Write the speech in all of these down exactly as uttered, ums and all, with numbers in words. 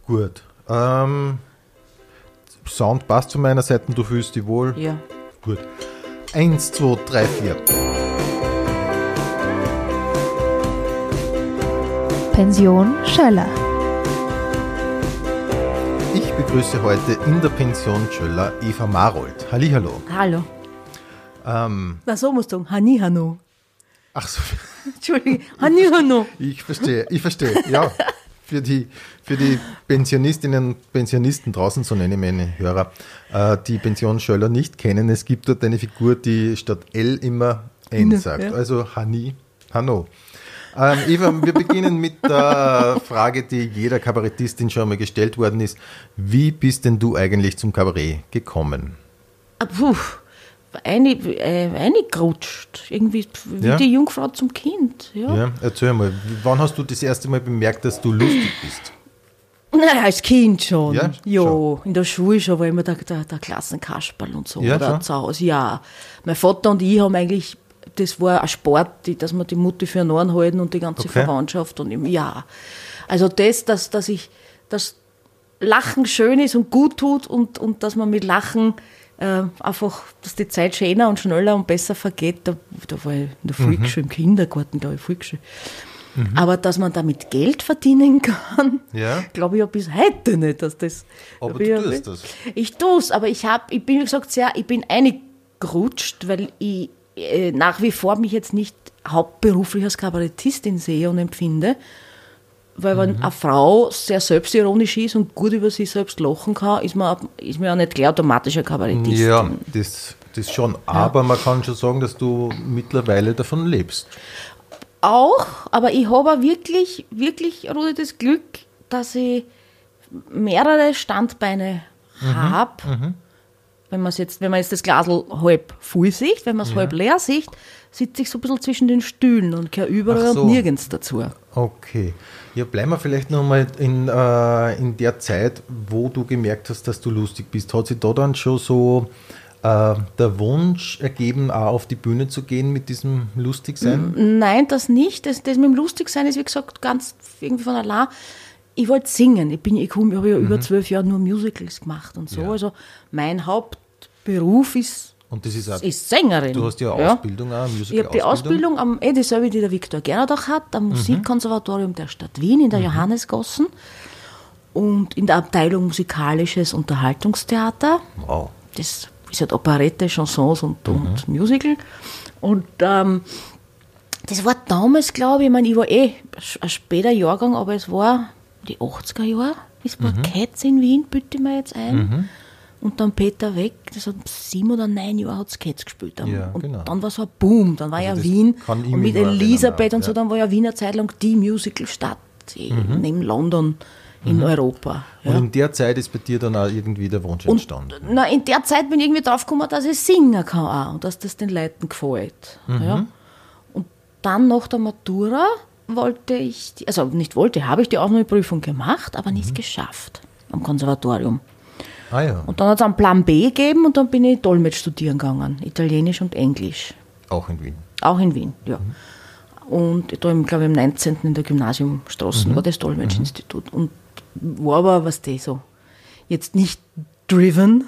Gut. Ähm, Sound passt zu meiner Seite, du fühlst dich wohl? Ja. Gut. Eins, zwei, drei, vier. Pension Schöller. Ich begrüße heute in der Pension Schöller Eva Marold. Hallihallo. Hallo. Ähm, Na, so musst du sagen. Hani Hano. ach so, Entschuldige. Hani Hano. ich verstehe, ich verstehe, ja. Für die, für die Pensionistinnen und Pensionisten draußen, so nenne ich meine Hörer, äh, die Pension Schöller nicht kennen, es gibt dort eine Figur, die statt L immer N Ja, sagt. ja. Also Hani, Hanno. Ähm, Eva, wir beginnen mit der Frage, die jeder Kabarettistin schon einmal gestellt worden ist. Wie bist denn du eigentlich zum Kabarett gekommen? Ah, Puh. Eine, äh, eingerutscht. Irgendwie wie Ja? die Jungfrau zum Kind. Ja. Ja, erzähl mal, wann hast du das erste Mal bemerkt, dass du lustig bist? Naja, als Kind schon. Ja, Ja, schon. in der Schule schon war immer der, der, der Klassenkasperl und so. Ja, Oder schon. zu Hause, ja. Mein Vater und ich haben eigentlich, das war ein Sport, die, dass wir die Mutti für einen Ohren halten und die ganze Okay. Verwandtschaft und im Ja. Also das, dass, dass ich, dass Lachen schön ist und gut tut und, und dass man mit Lachen äh, einfach, dass die Zeit schöner und schneller und besser vergeht, da, da war ich in der Volksschule, im Kindergarten, glaube ich, Volksschule. Aber dass man damit Geld verdienen kann, Ja. glaube ich ja bis heute nicht, dass das. Aber glaub ich, du tust das. Ich tue es, aber ich, hab, ich bin, wie gesagt, sehr, ich bin eingerutscht, weil ich äh, nach wie vor mich jetzt nicht hauptberuflich als Kabarettistin sehe und empfinde. Weil wenn eine Frau sehr selbstironisch ist und gut über sich selbst lachen kann, ist man, ist man ja nicht gleich automatisch eine Kabarettistin. Ja, das, das schon. Aber man kann schon sagen, dass du mittlerweile davon lebst. Auch, aber ich habe auch wirklich, wirklich, Rudi, das Glück, dass ich mehrere Standbeine habe. Wenn, man's jetzt, wenn man jetzt das Glas halb voll sieht, wenn man es halb leer sieht, sitze ich so ein bisschen zwischen den Stühlen und gehöre überall Ach so. und nirgends dazu. Okay. Ja, bleiben wir vielleicht nochmal in, äh, in der Zeit, wo du gemerkt hast, dass du lustig bist. Hat sich da dann schon so äh, der Wunsch ergeben, auch auf die Bühne zu gehen mit diesem Lustigsein? Nein, das nicht. Das, das mit dem Lustigsein ist, wie gesagt, ganz irgendwie von allein. Ich wollte singen. Ich, bin, ich, komm, ich habe ja über zwölf Jahre nur Musicals gemacht und so. Ja. Also mein Hauptberuf ist, Und das ist auch, ist Sängerin. du hast ja eine Ausbildung, auch, eine Ich habe die Musical-Ausbildung. Ausbildung am, eh dieselbe, die der Viktor Gernadach hat, am Musikkonservatorium der Stadt Wien in der Johannesgassen und in der Abteilung Musikalisches Unterhaltungstheater. Wow. Das ist halt Operette, Chansons und, und Musical. Und ähm, das war damals, glaube ich, ich meine, ich war eh ein später Jahrgang, aber es war die achtziger Jahre. Es war Cats in Wien, bitte mir jetzt ein. Und dann Peter Weg, das hat sieben oder neun Jahre hat Cats gespielt. Ja, und genau. dann war so ein Boom, dann war Also ja das Wien kann ich und mich mit noch Elisabeth erinnern, und so, ja. dann war ja Wien eine Zeit lang die Musicalstadt mhm. neben London in Europa. Ja. Und in der Zeit ist bei dir dann auch irgendwie der Wunsch Und entstanden. na, in der Zeit bin ich irgendwie drauf gekommen, dass ich singen kann auch und dass das den Leuten gefällt. Ja. Und dann nach der Matura wollte ich, die, also nicht wollte, habe ich die Aufnahmeprüfung gemacht, aber nicht geschafft am Konservatorium. Ah ja, Und dann hat es einen Plan B gegeben und dann bin ich Dolmetsch studieren gegangen, Italienisch und Englisch. auch in Wien. Auch in Wien, ja. Und da, im, glaube ich, im neunzehnten in der Gymnasiumstraße war das Dolmetschinstitut. Und war aber, was die so, jetzt nicht driven.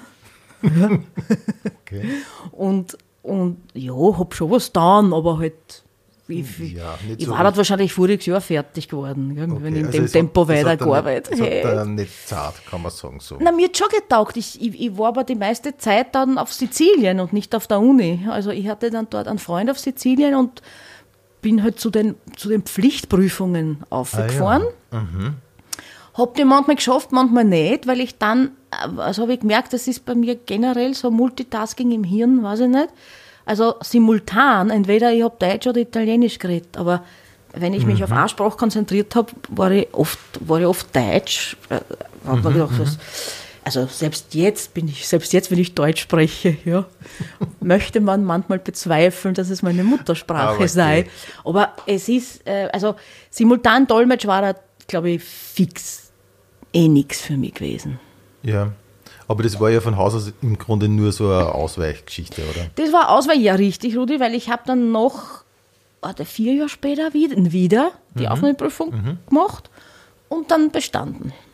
Okay. Und, und ja, hab schon was getan, aber halt, ich, Ja, nicht ich so war halt wahrscheinlich voriges Jahr fertig geworden, gell, wenn ich in Also dem es Tempo hat- es hat weitergearbeitet dann nicht- Es hat hätte. dann nicht zart, kann man sagen so. Na, mir hat schon getaugt. Ich, ich, ich war aber die meiste Zeit dann auf Sizilien und nicht auf der Uni. Also ich hatte dann dort einen Freund auf Sizilien und bin halt zu den, zu den Pflichtprüfungen aufgefahren. Hab die manchmal geschafft, manchmal nicht, weil ich dann, also habe ich gemerkt, das ist bei mir generell so Multitasking im Hirn, weiß ich nicht. Also simultan, entweder ich habe Deutsch oder Italienisch geredet, aber wenn ich mich auf eine Sprache konzentriert habe, war ich oft, war ich oft Deutsch. Äh, hab mir gedacht, was, also selbst jetzt bin ich, selbst jetzt, wenn ich Deutsch spreche, ja, möchte man manchmal bezweifeln, dass es meine Muttersprache Aber okay. sei. Aber es ist, äh, also simultan Dolmetsch war da, glaube ich, fix eh nichts für mich gewesen. Ja, aber das war ja von Haus aus im Grunde nur so eine Ausweichgeschichte, oder? Das war Auswahl, ja richtig, Rudi, weil ich habe dann noch warte, vier Jahre später wieder, wieder die Aufnahmeprüfung gemacht und dann bestanden.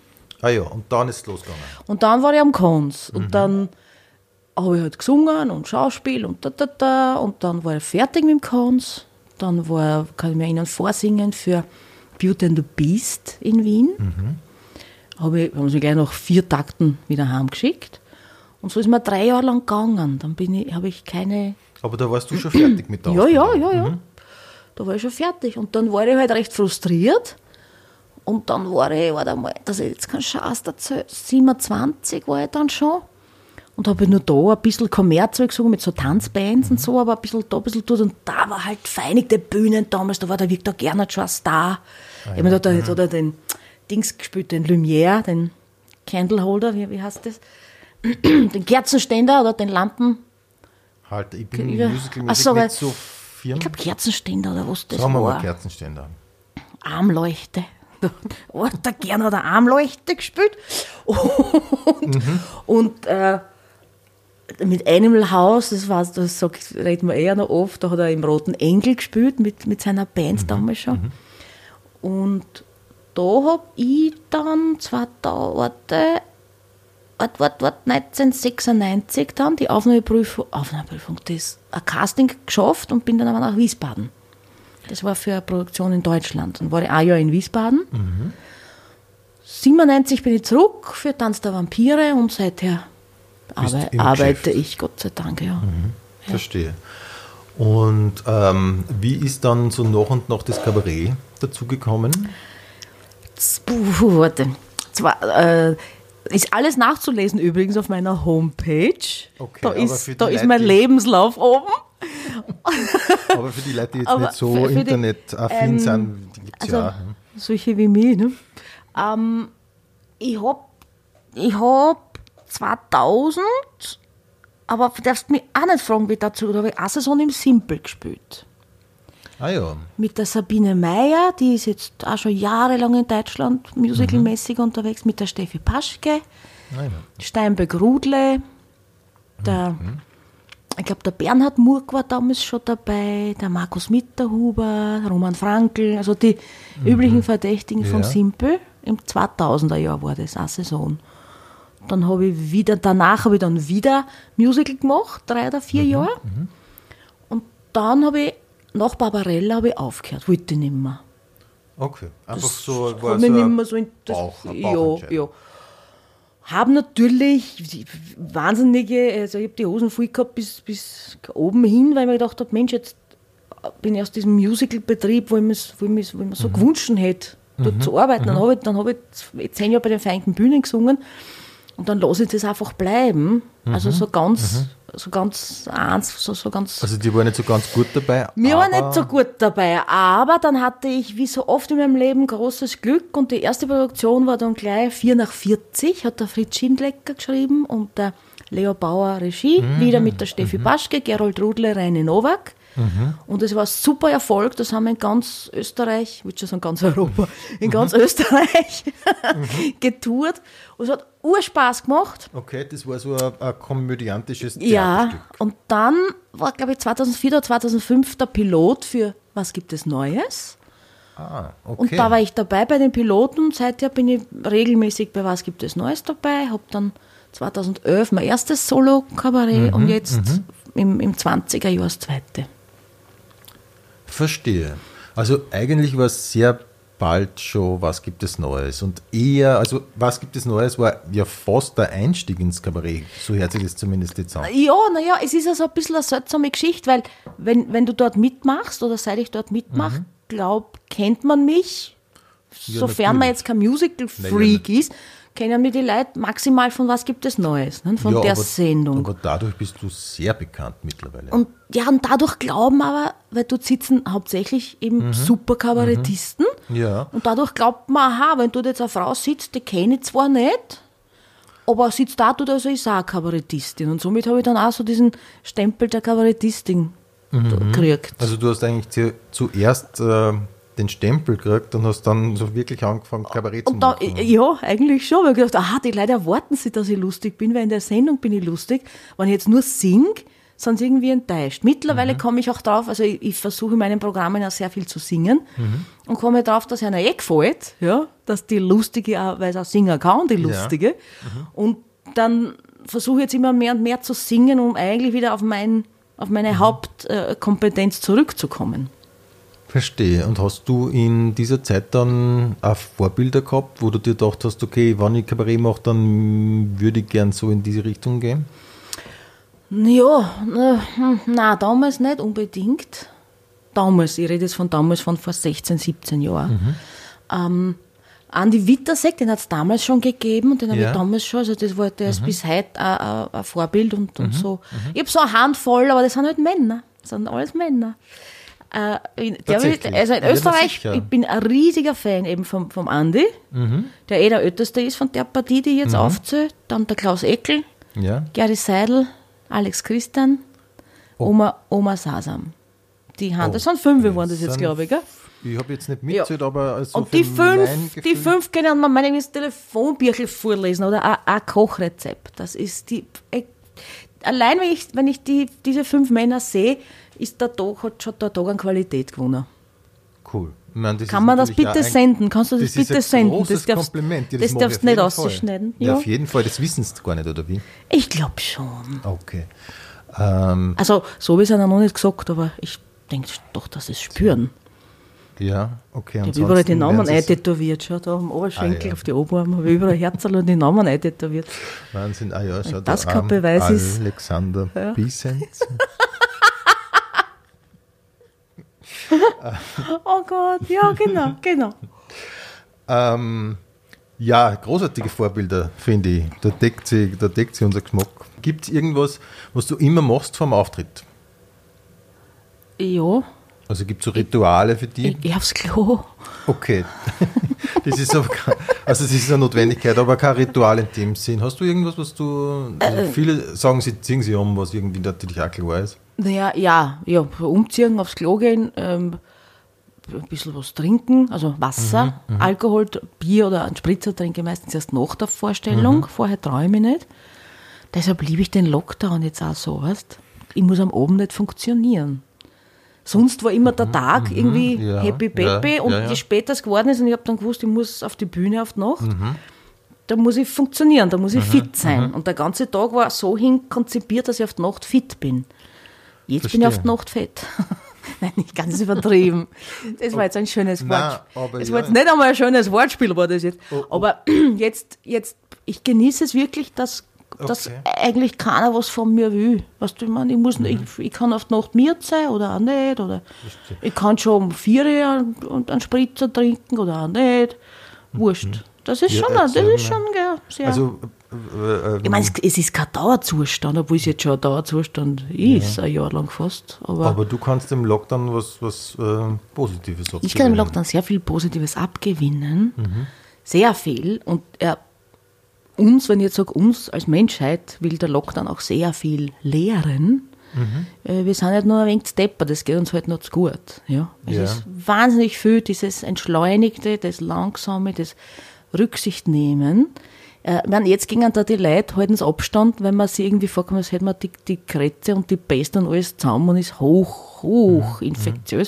Ah ja, und dann ist es losgegangen. Und dann war ich am Kons. Und mhm. dann habe ich halt gesungen und Schauspiel und da, da, da. Und dann war ich fertig mit dem Kons. Dann war, kann ich mich erinnern, vorsingen für Beauty and the Beast in Wien. Mhm. Habe ich, haben sie gleich nach vier Takten wieder heimgeschickt. Und so ist mir drei Jahre lang gegangen. Dann bin ich, habe ich keine... Aber da warst du schon fertig mit der Ja, Ausbildung. ja, ja, ja. Mhm. Da war ich schon fertig. Und dann war ich halt recht frustriert. Und dann war ich, warte mal, dass ich jetzt keinen Scheiß erzähle, siebenundzwanzig war ich dann schon. Und habe nur da ein bisschen Kommerzzeug gesungen mit so Tanzbands mhm. und so, aber ein bisschen da, ein bisschen dort. Und da war halt vereinigte Bühnen damals, da war der Victor Gernert schon ein Star. Ah, ich habe mir da, da, da den Dings gespielt, den Lumière, den Candleholder, wie, wie heißt das? Den Kerzenständer oder den Lampen. Halt, ich bin musicalmäßig so, nicht so firm. Ich glaube Kerzenständer oder was das Sagen wir war. mal Kerzenständer. Armleuchte. Da hat der Gernot eine Armleuchte gespielt. Und, mhm. und äh, mit Animal House, das war, das sagt, reden wir eher noch oft, da hat er im Roten Engel gespielt mit, mit seiner Band mhm. damals schon. Mhm. Und da habe ich dann zweitausend, warte, warte, warte, warte, neunzehnhundertsechsundneunzig dann die Aufnahmeprüfung, Aufnahmeprüfung, das ein Casting geschafft und bin dann aber nach Wiesbaden. Das war für eine Produktion in Deutschland. Dann war ich ein Jahr in Wiesbaden. Mhm. siebenundneunzig bin ich zurück für Tanz der Vampire und seither arbe- arbeite ich, Gott sei Dank. Ja. Mhm. Ja. Verstehe. Und ähm, wie ist dann so nach und nach das Kabarett dazugekommen? Puh, warte. Zwar, äh, ist alles nachzulesen übrigens auf meiner Homepage. Okay, da ist, da Leute, ist mein Lebenslauf oben. Aber für die Leute, die jetzt Aber nicht so für, für internetaffin ähm, sind, die gibt es also, ja. Solche wie mich. Ne? Ähm, ich habe ich hab zweitausend, aber du darfst mich auch nicht fragen, wie dazu, da habe ich eine Saison im Simple gespielt. Ah ja. Mit der Sabine Meyer, die ist jetzt auch schon jahrelang in Deutschland musicalmäßig mhm. unterwegs, mit der Steffi Paschke, ah ja. Steinbeck Rudle, der, mhm. ich glaube der Bernhard Murk war damals schon dabei, der Markus Mitterhuber, Roman Frankl, also die mhm. üblichen Verdächtigen ja. vom Simple. Im zweitausender Jahr war das eine Saison. Dann habe ich wieder, danach habe ich dann wieder Musical gemacht, drei oder vier mhm. Jahre. Mhm. Und dann habe ich nach Barbarella habe ich aufgehört, wollte ich nicht mehr. Okay, einfach das so, war so, nicht mehr so in, das, Bauch, ja, ja. Habe natürlich wahnsinnige, also ich habe die Hosen voll gehabt bis, bis oben hin, weil ich mir gedacht habe, Mensch, jetzt bin ich aus diesem Musical-Betrieb, wo ich mir, wo ich mir, wo ich mir so mhm. gewünscht hätte, dort mhm. zu arbeiten. Mhm. Dann habe ich, dann habe ich zehn Jahre bei den Vereinigten Bühnen gesungen und dann lasse ich das einfach bleiben. Mhm. Also so ganz... Mhm. So ganz eins, so, so ganz. Also die waren nicht so ganz gut dabei. Mir war nicht so gut dabei, aber dann hatte ich, wie so oft in meinem Leben, großes Glück und die erste Produktion war dann gleich vier nach vierzig, hat der Fritz Schindlecker geschrieben und der Leo Bauer Regie, mhm. wieder mit der Steffi mhm. Paschke, Gerold Rudle, Reine Nowak. Mhm. Und es war ein super Erfolg, das haben wir in ganz Österreich, ich würde schon sagen ganz Europa, in ganz mhm. Österreich mhm. getourt. Und es hat Urspaß gemacht. Okay, das war so ein, ein komödiantisches Theaterstück. Ja, und dann war, glaube ich, zweitausendvier oder zweitausendfünf der Pilot für Was gibt es Neues? Ah, okay. Und da war ich dabei bei den Piloten und seither bin ich regelmäßig bei Was gibt es Neues dabei, habe dann zweitausendelf mein erstes Solo-Kabarett mhm. und jetzt mhm. im, im zwanziger Jahr das zweite. Verstehe. Also eigentlich war es sehr bald schon, was gibt es Neues? Und eher, also was gibt es Neues, war ja fast der Einstieg ins Kabarett, so hört sich das zumindest jetzt an. Ja, naja, es ist also ein bisschen eine seltsame Geschichte, weil wenn, wenn du dort mitmachst oder seit ich dort mitmache, mhm. glaube, kennt man mich, ja, sofern natürlich. Man jetzt kein Musical-Freak naja, ist, kennen mir die Leute maximal von Was gibt es Neues, ne, von ja, der aber, Sendung. Aber dadurch bist du sehr bekannt mittlerweile. Und ja, und dadurch glauben aber, weil dort sitzen hauptsächlich eben mhm. super Kabarettisten. Mhm. Ja. Und dadurch glaubt man, aha, wenn dort jetzt eine Frau sitzt, die kenne ich zwar nicht, aber sitzt da, tut also ist auch eine Kabarettistin. Und somit habe ich dann auch so diesen Stempel der Kabarettistin mhm. gekriegt. Also du hast eigentlich zu, zuerst äh, den Stempel gekriegt und hast dann so wirklich angefangen, Kabarett und zu da, machen. Ja, eigentlich schon. Weil ich gedacht, aha, die Leute erwarten sich, dass ich lustig bin, weil in der Sendung bin ich lustig. Wenn ich jetzt nur singe, sind sie irgendwie enttäuscht. Mittlerweile mhm. komme ich auch drauf, also ich, ich versuche in meinen Programmen ja sehr viel zu singen mhm. und komme drauf, dass einer eh gefällt, ja, dass die Lustige auch, weil sie auch singen kann, die Lustige. Ja. Mhm. Und dann versuche ich jetzt immer mehr und mehr zu singen, um eigentlich wieder auf, mein, auf meine mhm. Hauptkompetenz zurückzukommen. Verstehe. Und hast du in dieser Zeit dann auch Vorbilder gehabt, wo du dir gedacht hast, okay, wenn ich Kabarett mache, dann würde ich gern so in diese Richtung gehen? Ja, nein, damals nicht unbedingt. Damals, ich rede jetzt von damals, von vor sechzehn, siebzehn Jahren. Mhm. Ähm, Andi Wittersek, den hat es damals schon gegeben und den habe ja. ich damals schon, also das war, der ist mhm. bis heute ein, ein Vorbild und, und mhm. so. Mhm. Ich habe so eine Handvoll, aber das sind halt Männer, das sind alles Männer. Äh, in, der, also in Österreich, ja, ich bin ein riesiger Fan eben vom, vom Andi, mhm. der eh der Älteste ist von der Partie, die ich jetzt mhm. aufzähle. Dann der Klaus Eckel, ja. Geri Seidel, Alex Christian, oh. Oma, Oma Sasam. Die haben, oh. das sind fünf, waren das jetzt, glaube ich, gell? Ich habe jetzt nicht mitgezählt, ja. aber so und die fünf, die fünf können man meinen Telefonbücher vorlesen oder ein, ein Kochrezept. Das ist die. Ich, allein wenn ich, wenn ich die, diese fünf Männer sehe, ist der Tag, hat schon der Tag an Qualität gewonnen. Cool. Ich meine, das Kann man das bitte ein, senden? Kannst du das, das bitte senden? Das ist ein großes Kompliment. Das, das darfst du nicht ausschneiden. Ja, ja, auf jeden Fall. Das wissen sie gar nicht, oder wie? Ich glaube schon. Okay. Ähm, also, so habe ich es noch nicht gesagt, aber ich denke doch, dass sie es spüren. Ja, okay. Ich habe überall die Namen eintätowiert. Schau, da am Oberschenkel, ah, ja. auf die Oberarme habe ich überall Herzl und die Namen eintätowiert. Wahnsinn, ah ja, schau, das kein Beweis ist. Alexander ja. Biesens. Oh Gott, ja, genau, genau. ähm, ja, großartige Vorbilder, finde ich. Da deckt sich, da deckt sich unser Geschmack. Gibt es irgendwas, was du immer machst vor dem Auftritt? Ja. Also gibt es so Rituale für dich? Ich, ich aufs Klo. Okay. Das ist aber keine, also das ist eine Notwendigkeit, aber kein Ritual in dem Sinn. Hast du irgendwas, was du... Also äh, viele sagen, sie ziehen sich um, was irgendwie natürlich auch klar ist. Naja, ja, ja, umziehen, aufs Klo gehen, ähm, ein bisschen was trinken, also Wasser, mhm, Alkohol, Bier oder einen Spritzer trinke ich meistens erst nach der Vorstellung, mhm. vorher traue ich mich nicht. Deshalb liebe ich den Lockdown jetzt auch so, weißt? Ich muss am Abend nicht funktionieren. Sonst war immer der Tag mhm, irgendwie ja, happy peppy ja, und ja, ja. je später es geworden ist und ich habe dann gewusst, ich muss auf die Bühne auf die Nacht, mhm. da muss ich funktionieren, da muss ich mhm, fit sein. Mhm. Und der ganze Tag war so hin konzipiert, dass ich auf die Nacht fit bin. Jetzt Verstehe. bin ich auf die Nacht fett. Nein, nicht ganz übertrieben. Das war jetzt ein schönes Wort. Es war ja. jetzt nicht einmal ein schönes Wortspiel, war das jetzt. Oh, oh. Aber jetzt, jetzt, ich genieße es wirklich, dass, okay. dass eigentlich keiner was von mir will. Weißt du, ich meine, ich, muss, mhm. ich, ich kann auf die Nacht miert sein oder auch nicht. Oder ich kann schon um vier Uhr einen Spritzer trinken oder auch nicht. Wurscht. Mhm. Das ist ja, schon, das ist schon gell, sehr... Also, äh, äh, ich meine, es, es ist kein Dauerzustand, obwohl es jetzt schon ein Dauerzustand ist, ja. ein Jahr lang fast. Aber, aber du kannst im Lockdown was, was äh, Positives abgewinnen. Ich kann im Lockdown sehr viel Positives abgewinnen, mhm. sehr viel. Und äh, uns, wenn ich jetzt sage uns als Menschheit, will der Lockdown auch sehr viel lehren. Mhm. Äh, wir sind nicht nur ein wenig Stepper, das geht uns halt noch zu gut. Ja? Es ja. ist wahnsinnig viel, dieses Entschleunigte, das Langsame, das Rücksicht nehmen. Äh, meine, jetzt gingen da die Leute, halten Abstand, wenn man sich irgendwie vorkommt, als hätte man die, die Krätze und die Pest und alles zusammen und ist hoch, hoch mhm. infektiös.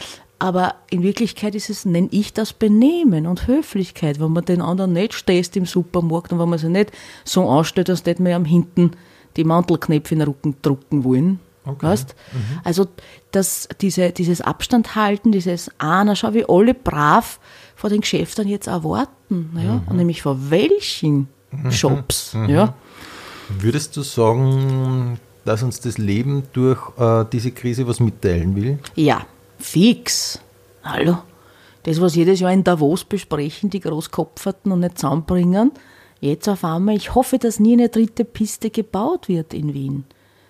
Aber in Wirklichkeit ist es, nenne ich das Benehmen und Höflichkeit, wenn man den anderen nicht stehst im Supermarkt und wenn man sich nicht so anstellt, dass nicht mehr am Hinten die Mantelknöpfe in den Rücken drucken wollen. Okay. Weißt? Mhm. Also das, diese, dieses Abstand halten, dieses Ahnen, schau, wie alle brav vor den Geschäften jetzt erwarten. Ja? Mhm. Und nämlich vor welchen mhm. Shops. Mhm. Ja? Würdest du sagen, dass uns das Leben durch äh, diese Krise was mitteilen will? Ja, fix. Hallo? Das, was jedes Jahr in Davos besprechen, die Großkopferten und nicht zusammenbringen, jetzt auf einmal, ich hoffe, dass nie eine dritte Piste gebaut wird in Wien.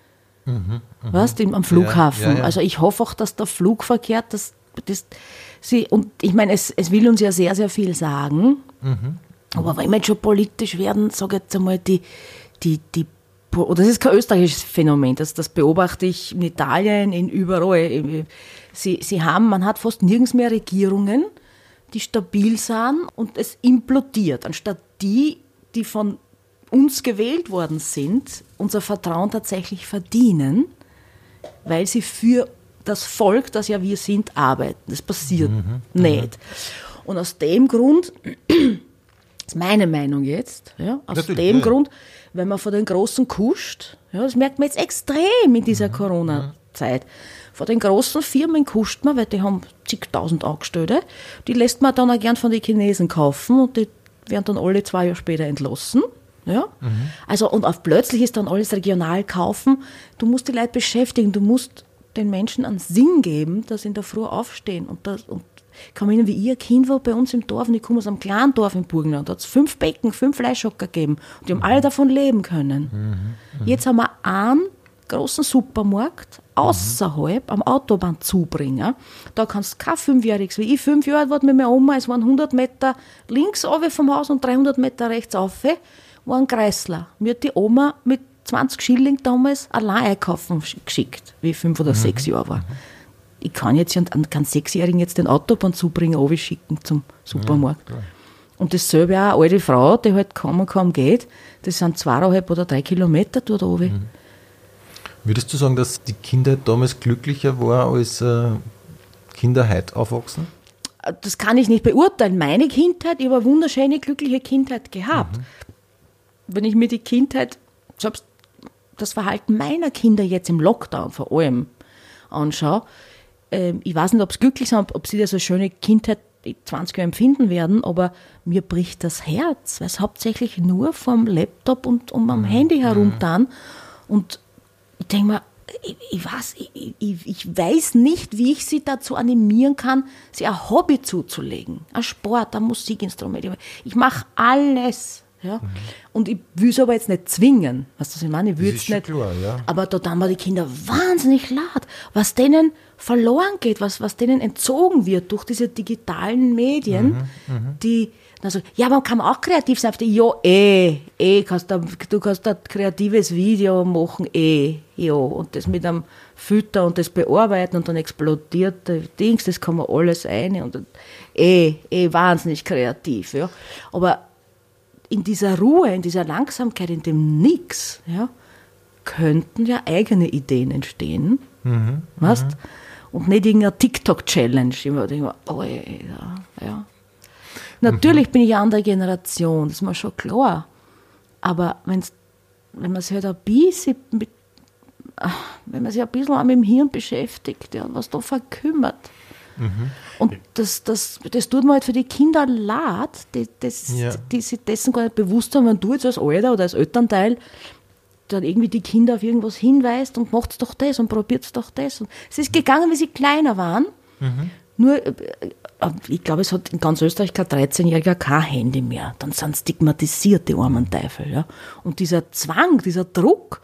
Mhm, mh. Weißt du, am Flughafen. Ja, ja, ja. Also ich hoffe auch, dass der Flugverkehr, das, das sie, und ich meine, es, es will uns ja sehr, sehr viel sagen, mhm. aber wenn wir jetzt schon politisch werden, sage ich jetzt einmal, die, die, die, oder das ist kein österreichisches Phänomen, das, das beobachte ich in Italien, in überall. Sie, sie haben, man hat fast nirgends mehr Regierungen, die stabil sind und es implodiert, anstatt die, die von uns gewählt worden sind, unser Vertrauen tatsächlich verdienen, weil sie für das Volk, das ja wir sind, arbeiten. Das passiert mhm. nicht. Und aus dem Grund, das ist meine Meinung jetzt, ja, aus Natürlich, dem ja. Grund, wenn man vor den Großen kuscht, ja, das merkt man jetzt extrem in dieser mhm. Corona-Zeit, vor den großen Firmen kuscht man, weil die haben zigtausend Angestellte, die lässt man dann auch gern von den Chinesen kaufen und die werden dann alle zwei Jahre später entlassen. Ja? Mhm. Also, und auf plötzlich ist dann alles regional kaufen. Du musst die Leute beschäftigen, du musst den Menschen einen Sinn geben, dass sie in der Früh aufstehen. Und, das, und ich kann mich erinnern, wie ich ein Kind war bei uns im Dorf, und ich komme aus einem kleinen Dorf im Burgenland, da hat es fünf Becken, fünf Fleischhocker gegeben. Und die haben mhm. alle davon leben können. Mhm. Mhm. Jetzt haben wir einen großen Supermarkt außerhalb am Autobahnzubringer. Da kannst du kein Fünfjähriges, wie ich fünf Jahre alt war mit meiner Oma, es waren hundert Meter links runter vom Haus und dreihundert Meter rechts rauf, war ein Kreisler. Mir hat die Oma mit zwanzig Schilling damals allein einkaufen geschickt, wie ich fünf oder mhm. sechs Jahre war. Ich kann jetzt an keinen Sechsjährigen jetzt den Autobahnzubringer runterschicken zum Supermarkt. Ja, und dasselbe auch eine alte Frau, die halt kaum und kaum geht, das sind zweieinhalb oder drei Kilometer dort oben. Mhm. Würdest du sagen, dass die Kindheit damals glücklicher war, als äh, Kinder heute aufwachsen? Das kann ich nicht beurteilen. Meine Kindheit, ich habe eine wunderschöne, glückliche Kindheit gehabt. Mhm. Wenn ich mir die Kindheit, selbst das Verhalten meiner Kinder jetzt im Lockdown vor allem anschaue, äh, ich weiß nicht, ob sie glücklich sind, ob sie das als schöne Kindheit in zwanzig Jahren empfinden werden, aber mir bricht das Herz, weil es hauptsächlich nur vom Laptop und um am mhm. Handy herumtan. Und ich denke mir, ich, ich, weiß, ich, ich, ich weiß nicht, wie ich sie dazu animieren kann, sie ein Hobby zuzulegen. Ein Sport, ein Musikinstrument. Ich mache alles. Ja? Mhm. Und ich will es aber jetzt nicht zwingen. Weißt du, was ich meine? Ich will es nicht. Klar, ja. Aber da haben wir die Kinder wahnsinnig laut. Was denen verloren geht, was, was denen entzogen wird durch diese digitalen Medien, mhm, mhm. die. Also, ja, man kann auch kreativ sein. Ja, eh, eh, kannst du, du kannst ein kreatives Video machen, eh, ja. Und das mit einem Filter und das bearbeiten und dann explodiert das Dings, das kann man alles ein. Und eh, eh, wahnsinnig kreativ, ja. Aber in dieser Ruhe, in dieser Langsamkeit, in dem Nix, ja, könnten ja eigene Ideen entstehen, mhm, weißt? Mhm. Und nicht irgendeine TikTok-Challenge. Immer denke ich mir, oh, ja, ja. Natürlich bin ich eine andere Generation, das ist mir schon klar. Aber wenn's, wenn man sich halt ein bisschen mit, wenn man sich ein bisschen auch mit dem Hirn beschäftigt, ja, was da verkümmert. Mhm. Und das, das, das tut mir halt für die Kinder leid, die, das, ja. die sich dessen gar nicht bewusst sind, wenn du jetzt als Alter oder als Elternteil dann irgendwie die Kinder auf irgendwas hinweist und macht's doch das und probiert's doch das. Und es ist gegangen, wie sie kleiner waren. Mhm. Nur, ich glaube, es hat in ganz Österreich kein dreizehnjähriger kein Handy mehr. Dann sind stigmatisiert, die armen Teufel. Ja. Und dieser Zwang, dieser Druck,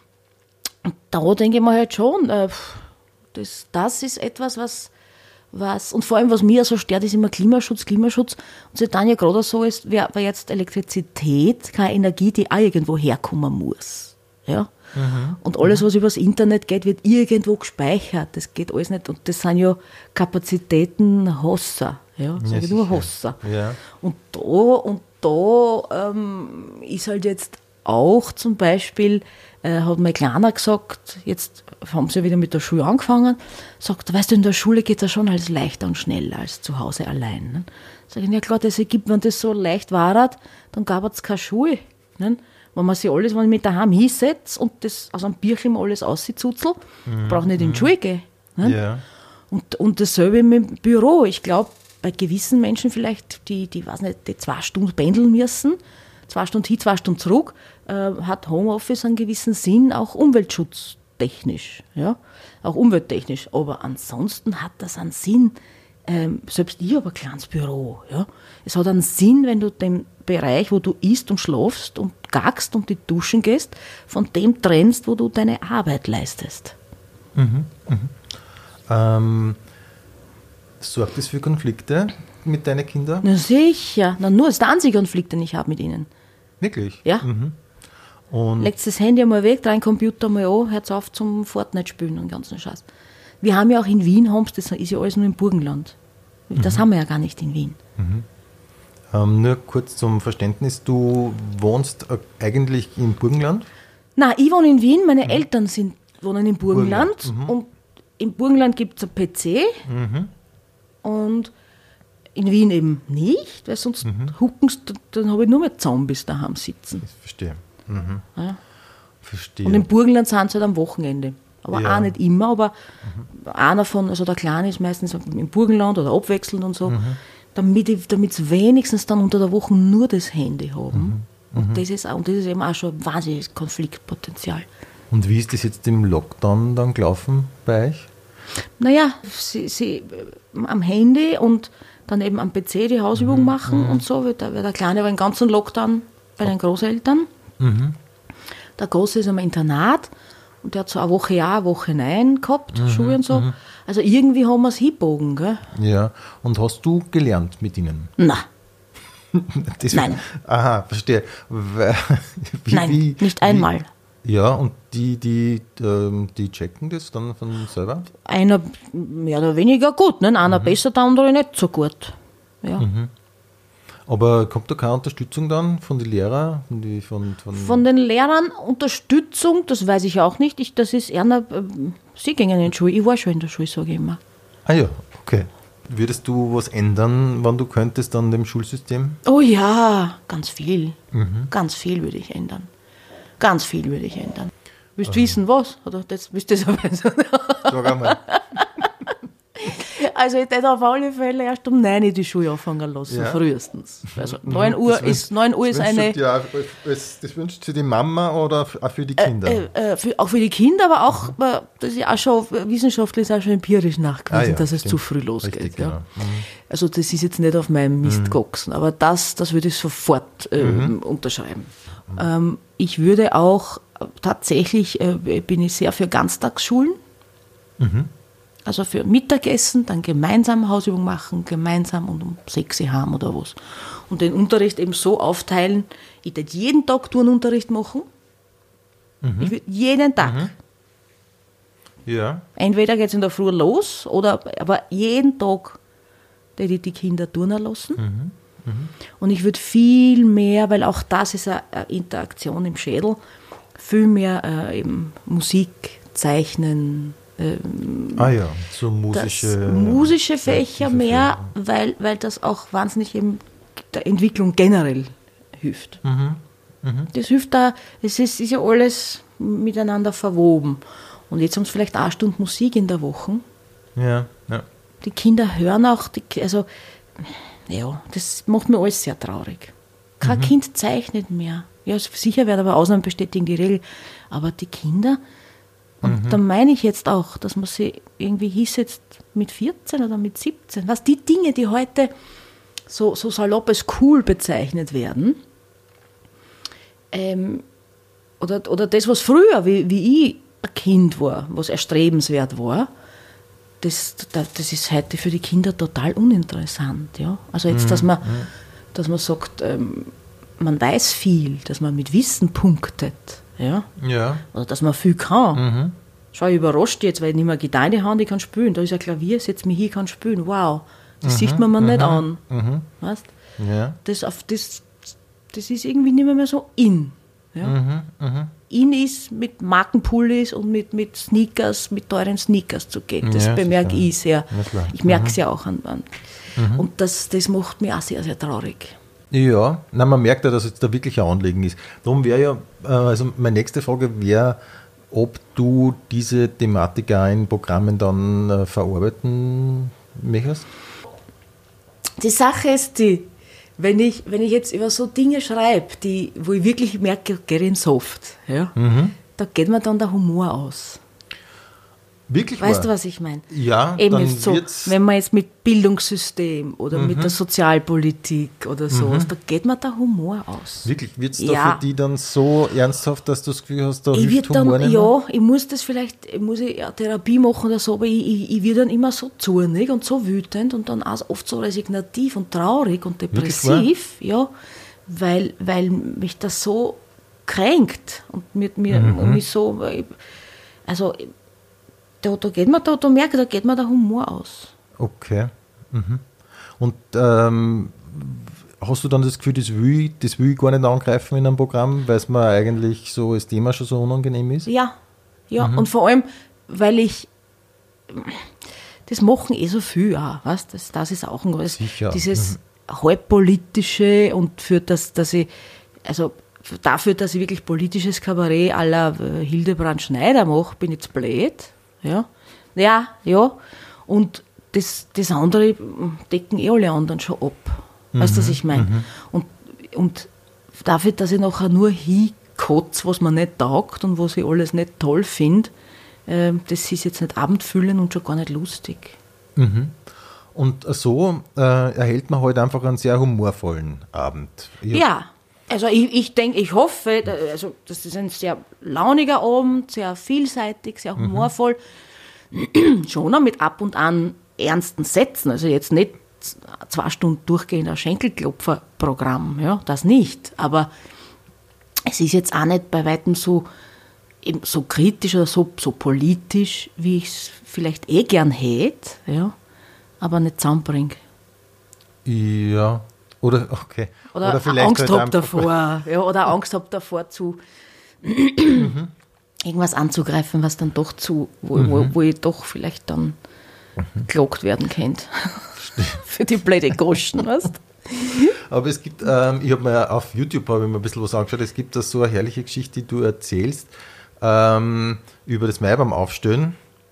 da denke ich mir halt schon, äh, das, das ist etwas, was, was, und vor allem, was mir so stört, ist immer Klimaschutz, Klimaschutz. Und so dann ja gerade so ist, wäre jetzt Elektrizität keine Energie, die auch irgendwo herkommen muss. Ja. Mhm. Und alles, was übers Internet geht, wird irgendwo gespeichert. Das geht alles nicht. Und das sind ja Kapazitäten Hosser. Ja, sage ich nur Hosser. Ja. Und da, und da ähm, ist halt jetzt auch zum Beispiel, äh, hat mein Kleiner gesagt, jetzt haben sie ja wieder mit der Schule angefangen, sagt, weißt du, in der Schule geht das schon alles leichter und schneller als zu Hause allein. Ne? Sag ich, ja klar, das ergibt, wenn das so leicht war, dann gab es keine Schule. Ne? Wenn man sich alles, wenn ich mich daheim hinsetze und das aus einem Bierchen alles auszuzutzel, mhm. brauche nicht in die Schule gehen. Ne? Ja. Und, und dasselbe mit dem Büro. Ich glaube, bei gewissen Menschen vielleicht, die, die, weiß nicht, die zwei Stunden pendeln müssen, zwei Stunden hin, zwei Stunden zurück, äh, hat Homeoffice einen gewissen Sinn, auch umweltschutztechnisch, ja? Auch umwelttechnisch. Aber ansonsten hat das einen Sinn, ähm, selbst ich habe ein kleines Büro. Ja? Es hat einen Sinn, wenn du den Bereich, wo du isst und schlafst und gackst und die duschen gehst, von dem trennst, wo du deine Arbeit leistest. Mhm, mhm. Ähm, sorgt das für Konflikte mit deinen Kindern? Na sicher. Na, nur das ist der einzige Konflikt, den ich habe mit ihnen. Wirklich? Ja. Mhm. Und legt das Handy einmal weg, drein Computer mal an, hört auf zum Fortnite spielen und den ganzen Scheiß. Wir haben ja auch in Wien Homes, das ist ja alles nur im Burgenland. Das mhm. haben wir ja gar nicht in Wien. Mhm. Ähm, nur kurz zum Verständnis, du wohnst eigentlich im Burgenland? Nein, ich wohne in Wien, meine mhm. Eltern sind wohnen im Burgenland, Burgenland, mhm. und im Burgenland gibt es ein P C Mhm. und in Wien eben nicht, weil sonst Mhm. hucken sie, dann habe ich nur mehr Zombies daheim sitzen. Ich verstehe. Mhm. Ja. Verstehe. Und im Burgenland sind sie halt am Wochenende. Aber Ja. auch nicht immer, aber einer von, also der Kleine ist meistens im Burgenland oder abwechselnd und so, damit ich- damit sie wenigstens dann unter der Woche nur das Handy haben. Und, das ist, auch- und das ist eben auch schon ein wahnsinniges Konfliktpotenzial. Und wie ist das jetzt im Lockdown dann gelaufen bei euch? Naja, sie, sie äh, am Handy und dann eben am P C die Hausübung machen und so, weil der, weil der Kleine war im ganzen Lockdown bei den Großeltern. Mhm. Der Große ist am Internat und der hat so eine Woche ja, eine Woche nein gehabt, Schule und so. Also irgendwie haben wir es hinbogen, gell? Ja. Und hast du gelernt mit ihnen? Nein, Das, Nein. Aha, verstehe. Weil- Wie, nein, wie, nicht einmal. Wie, ja, und die, die, ähm, die checken das dann von selber? Einer mehr oder weniger gut, ne? Einer besser, der andere nicht so gut. Ja. Aber kommt da keine Unterstützung dann von den Lehrern? Von, die, von, von, Von den Lehrern Unterstützung, das weiß ich auch nicht. Ich, das ist eher, ähm, sie gingen in die Schule. Ich war schon in der Schule, sage ich immer. Ah ja, okay. Würdest du was ändern, wann du könntest an dem Schulsystem? Oh ja, ganz viel. Ganz viel würde ich ändern. Ganz viel würde ich ändern. Willst du wissen, was? Oder das, willst du das auch wissen? Sag einmal. Also ich hätte auf alle Fälle erst um neun Uhr die Schule anfangen lassen, Ja. frühestens. Also neun Uhr ist, neun Uhr ist eine... Ja, das wünscht sich die Mama oder auch für die Kinder? Äh, äh, für, auch für die Kinder, aber auch, äh, das ist ja auch schon, wissenschaftlich ist auch schon empirisch nachgewiesen, Ah ja, dass es stimmt. zu früh losgeht. Richtig, ja. genau. Also das ist jetzt nicht auf meinem Mist gewachsen, aber das, das würde ich sofort äh, unterschreiben. Ähm, ich würde auch, äh, tatsächlich äh, bin ich sehr für Ganztagsschulen. Also für Mittagessen, dann gemeinsam Hausübung machen, gemeinsam und um sechs Uhr heim oder was. Und den Unterricht eben so aufteilen, ich würde jeden Tag Turnunterricht machen. Ich würde jeden Tag. Ja. Entweder geht es in der Früh los, oder, aber jeden Tag würde ich die Kinder turnen lassen. Und ich würde viel mehr, weil auch das ist eine, eine Interaktion im Schädel, viel mehr äh, eben Musik, Zeichnen, Ah ja, so das musische... musische Fächer kreative mehr, weil, weil das auch wahnsinnig eben der Entwicklung generell hilft. Das hilft da, es ist, ist ja alles miteinander verwoben. Und jetzt haben sie vielleicht eine Stunde Musik in der Woche. Ja, ja. Die Kinder hören auch, die, also ja, das macht mir alles sehr traurig. Kein Kind zeichnet mehr. Ja, sicher werden aber Ausnahmen bestätigen die Regel, aber die Kinder... Und da meine ich jetzt auch, dass man sie irgendwie hinsetzt mit vierzehn oder mit siebzehn. Was die Dinge, die heute so, so salopp als cool bezeichnet werden, ähm, oder, oder das, was früher, wie, wie ich ein Kind war, was erstrebenswert war, das, das, das ist heute für die Kinder total uninteressant. Ja? Also jetzt, dass man, dass man sagt, ähm, man weiß viel, dass man mit Wissen punktet. Ja? Ja. Oder dass man viel kann. Schau, ich überrascht jetzt, weil ich nicht mehr Gitarre in die Hand, ich kann spielen. Da ist ein Klavier, setz mich hin, ich kann spielen. Wow, das sieht man mir nicht an. Weißt? Ja. Das, auf das, das ist irgendwie nicht mehr, mehr so in. Ja? In ist mit Markenpullis und mit, mit Sneakers, mit teuren Sneakers zu gehen. Das Ja, bemerke sicher. ich sehr. Na klar. Ich merke es ja auch an. an. Und das, das macht mich auch sehr, sehr traurig. Ja, nein, man merkt ja, dass es da wirklich ein Anliegen ist. Darum wäre ja, äh, also meine nächste Frage wäre, ob du diese Thematik auch in Programmen dann äh, verarbeiten möchtest? Die Sache ist die, wenn ich, wenn ich jetzt über so Dinge schreibe, die, wo ich wirklich merke, geht in Soft, ja, da geht mir dann der Humor aus. Wirklich Weißt du, wahr? was ich meine? Ja, Eben dann jetzt so, wird's- wenn man jetzt mit Bildungssystem oder mit der Sozialpolitik oder sowas, da geht mir der Humor aus. Wirklich, wird es da Ja. für die dann so ernsthaft, dass du das Gefühl hast, da Ich hilft würde Humor dann, nicht mehr? ja, ich muss das vielleicht, ich muss ich ja Therapie machen oder so, aber ich, ich, ich werde dann immer so zornig und so wütend und dann auch oft so resignativ und traurig und depressiv, ja, weil, weil mich das so kränkt und mit mir und mich so, also da, da geht mir, da, da merke ich, da geht mir der Humor aus. Okay. Mhm. Und ähm, hast du dann das Gefühl, das will, ich- das will ich gar nicht angreifen in einem Programm, weil es mir eigentlich so das Thema schon so unangenehm ist? Ja, Ja, mhm. und vor allem, weil ich, das machen eh so viel auch, weißt? Das, das ist auch ein Sicher. dieses mhm. halbpolitische und für das, dass ich, also dafür, dass ich wirklich politisches Kabarett à la Hildebrand Schneider mache, bin ich jetzt blöd. Ja, ja, ja. Und das, das andere decken eh alle anderen schon ab. Mhm. Weißt du, was ich meine? Mhm. Und, und dafür, dass ich nachher nur hinkotze, was mir nicht taugt und was ich alles nicht toll finde, äh, das ist jetzt nicht abendfüllend und schon gar nicht lustig. Mhm. Und so äh, erhält man heute halt einfach einen sehr humorvollen Abend. Ich ja, also ich, ich denke, ich hoffe, also das ist ein sehr launiger Abend, sehr vielseitig, sehr humorvoll, mhm. schon auch mit ab und an ernsten Sätzen, also jetzt nicht zwei Stunden durchgehend ein Schenkelklopfer-Programm, ja, das nicht, aber es ist jetzt auch nicht bei weitem so, eben so kritisch oder so, so politisch, wie ich es vielleicht eh gern hätte, ja, aber nicht zusammenbringe. Ja, oder okay. Oder, oder vielleicht Angst halt habe davor, ja, oder Angst habe davor zu mhm. irgendwas anzugreifen, was dann doch zu, wo, mhm. wo, wo ich doch vielleicht dann mhm. gelockt werden könnte. Für die blöde Goschen, weißt du? Aber es gibt, ähm, ich habe mir auf YouTube habe ich mir ein bisschen was angeschaut, es gibt da so eine herrliche Geschichte, die du erzählst, ähm, über das Maibaum aufstellen.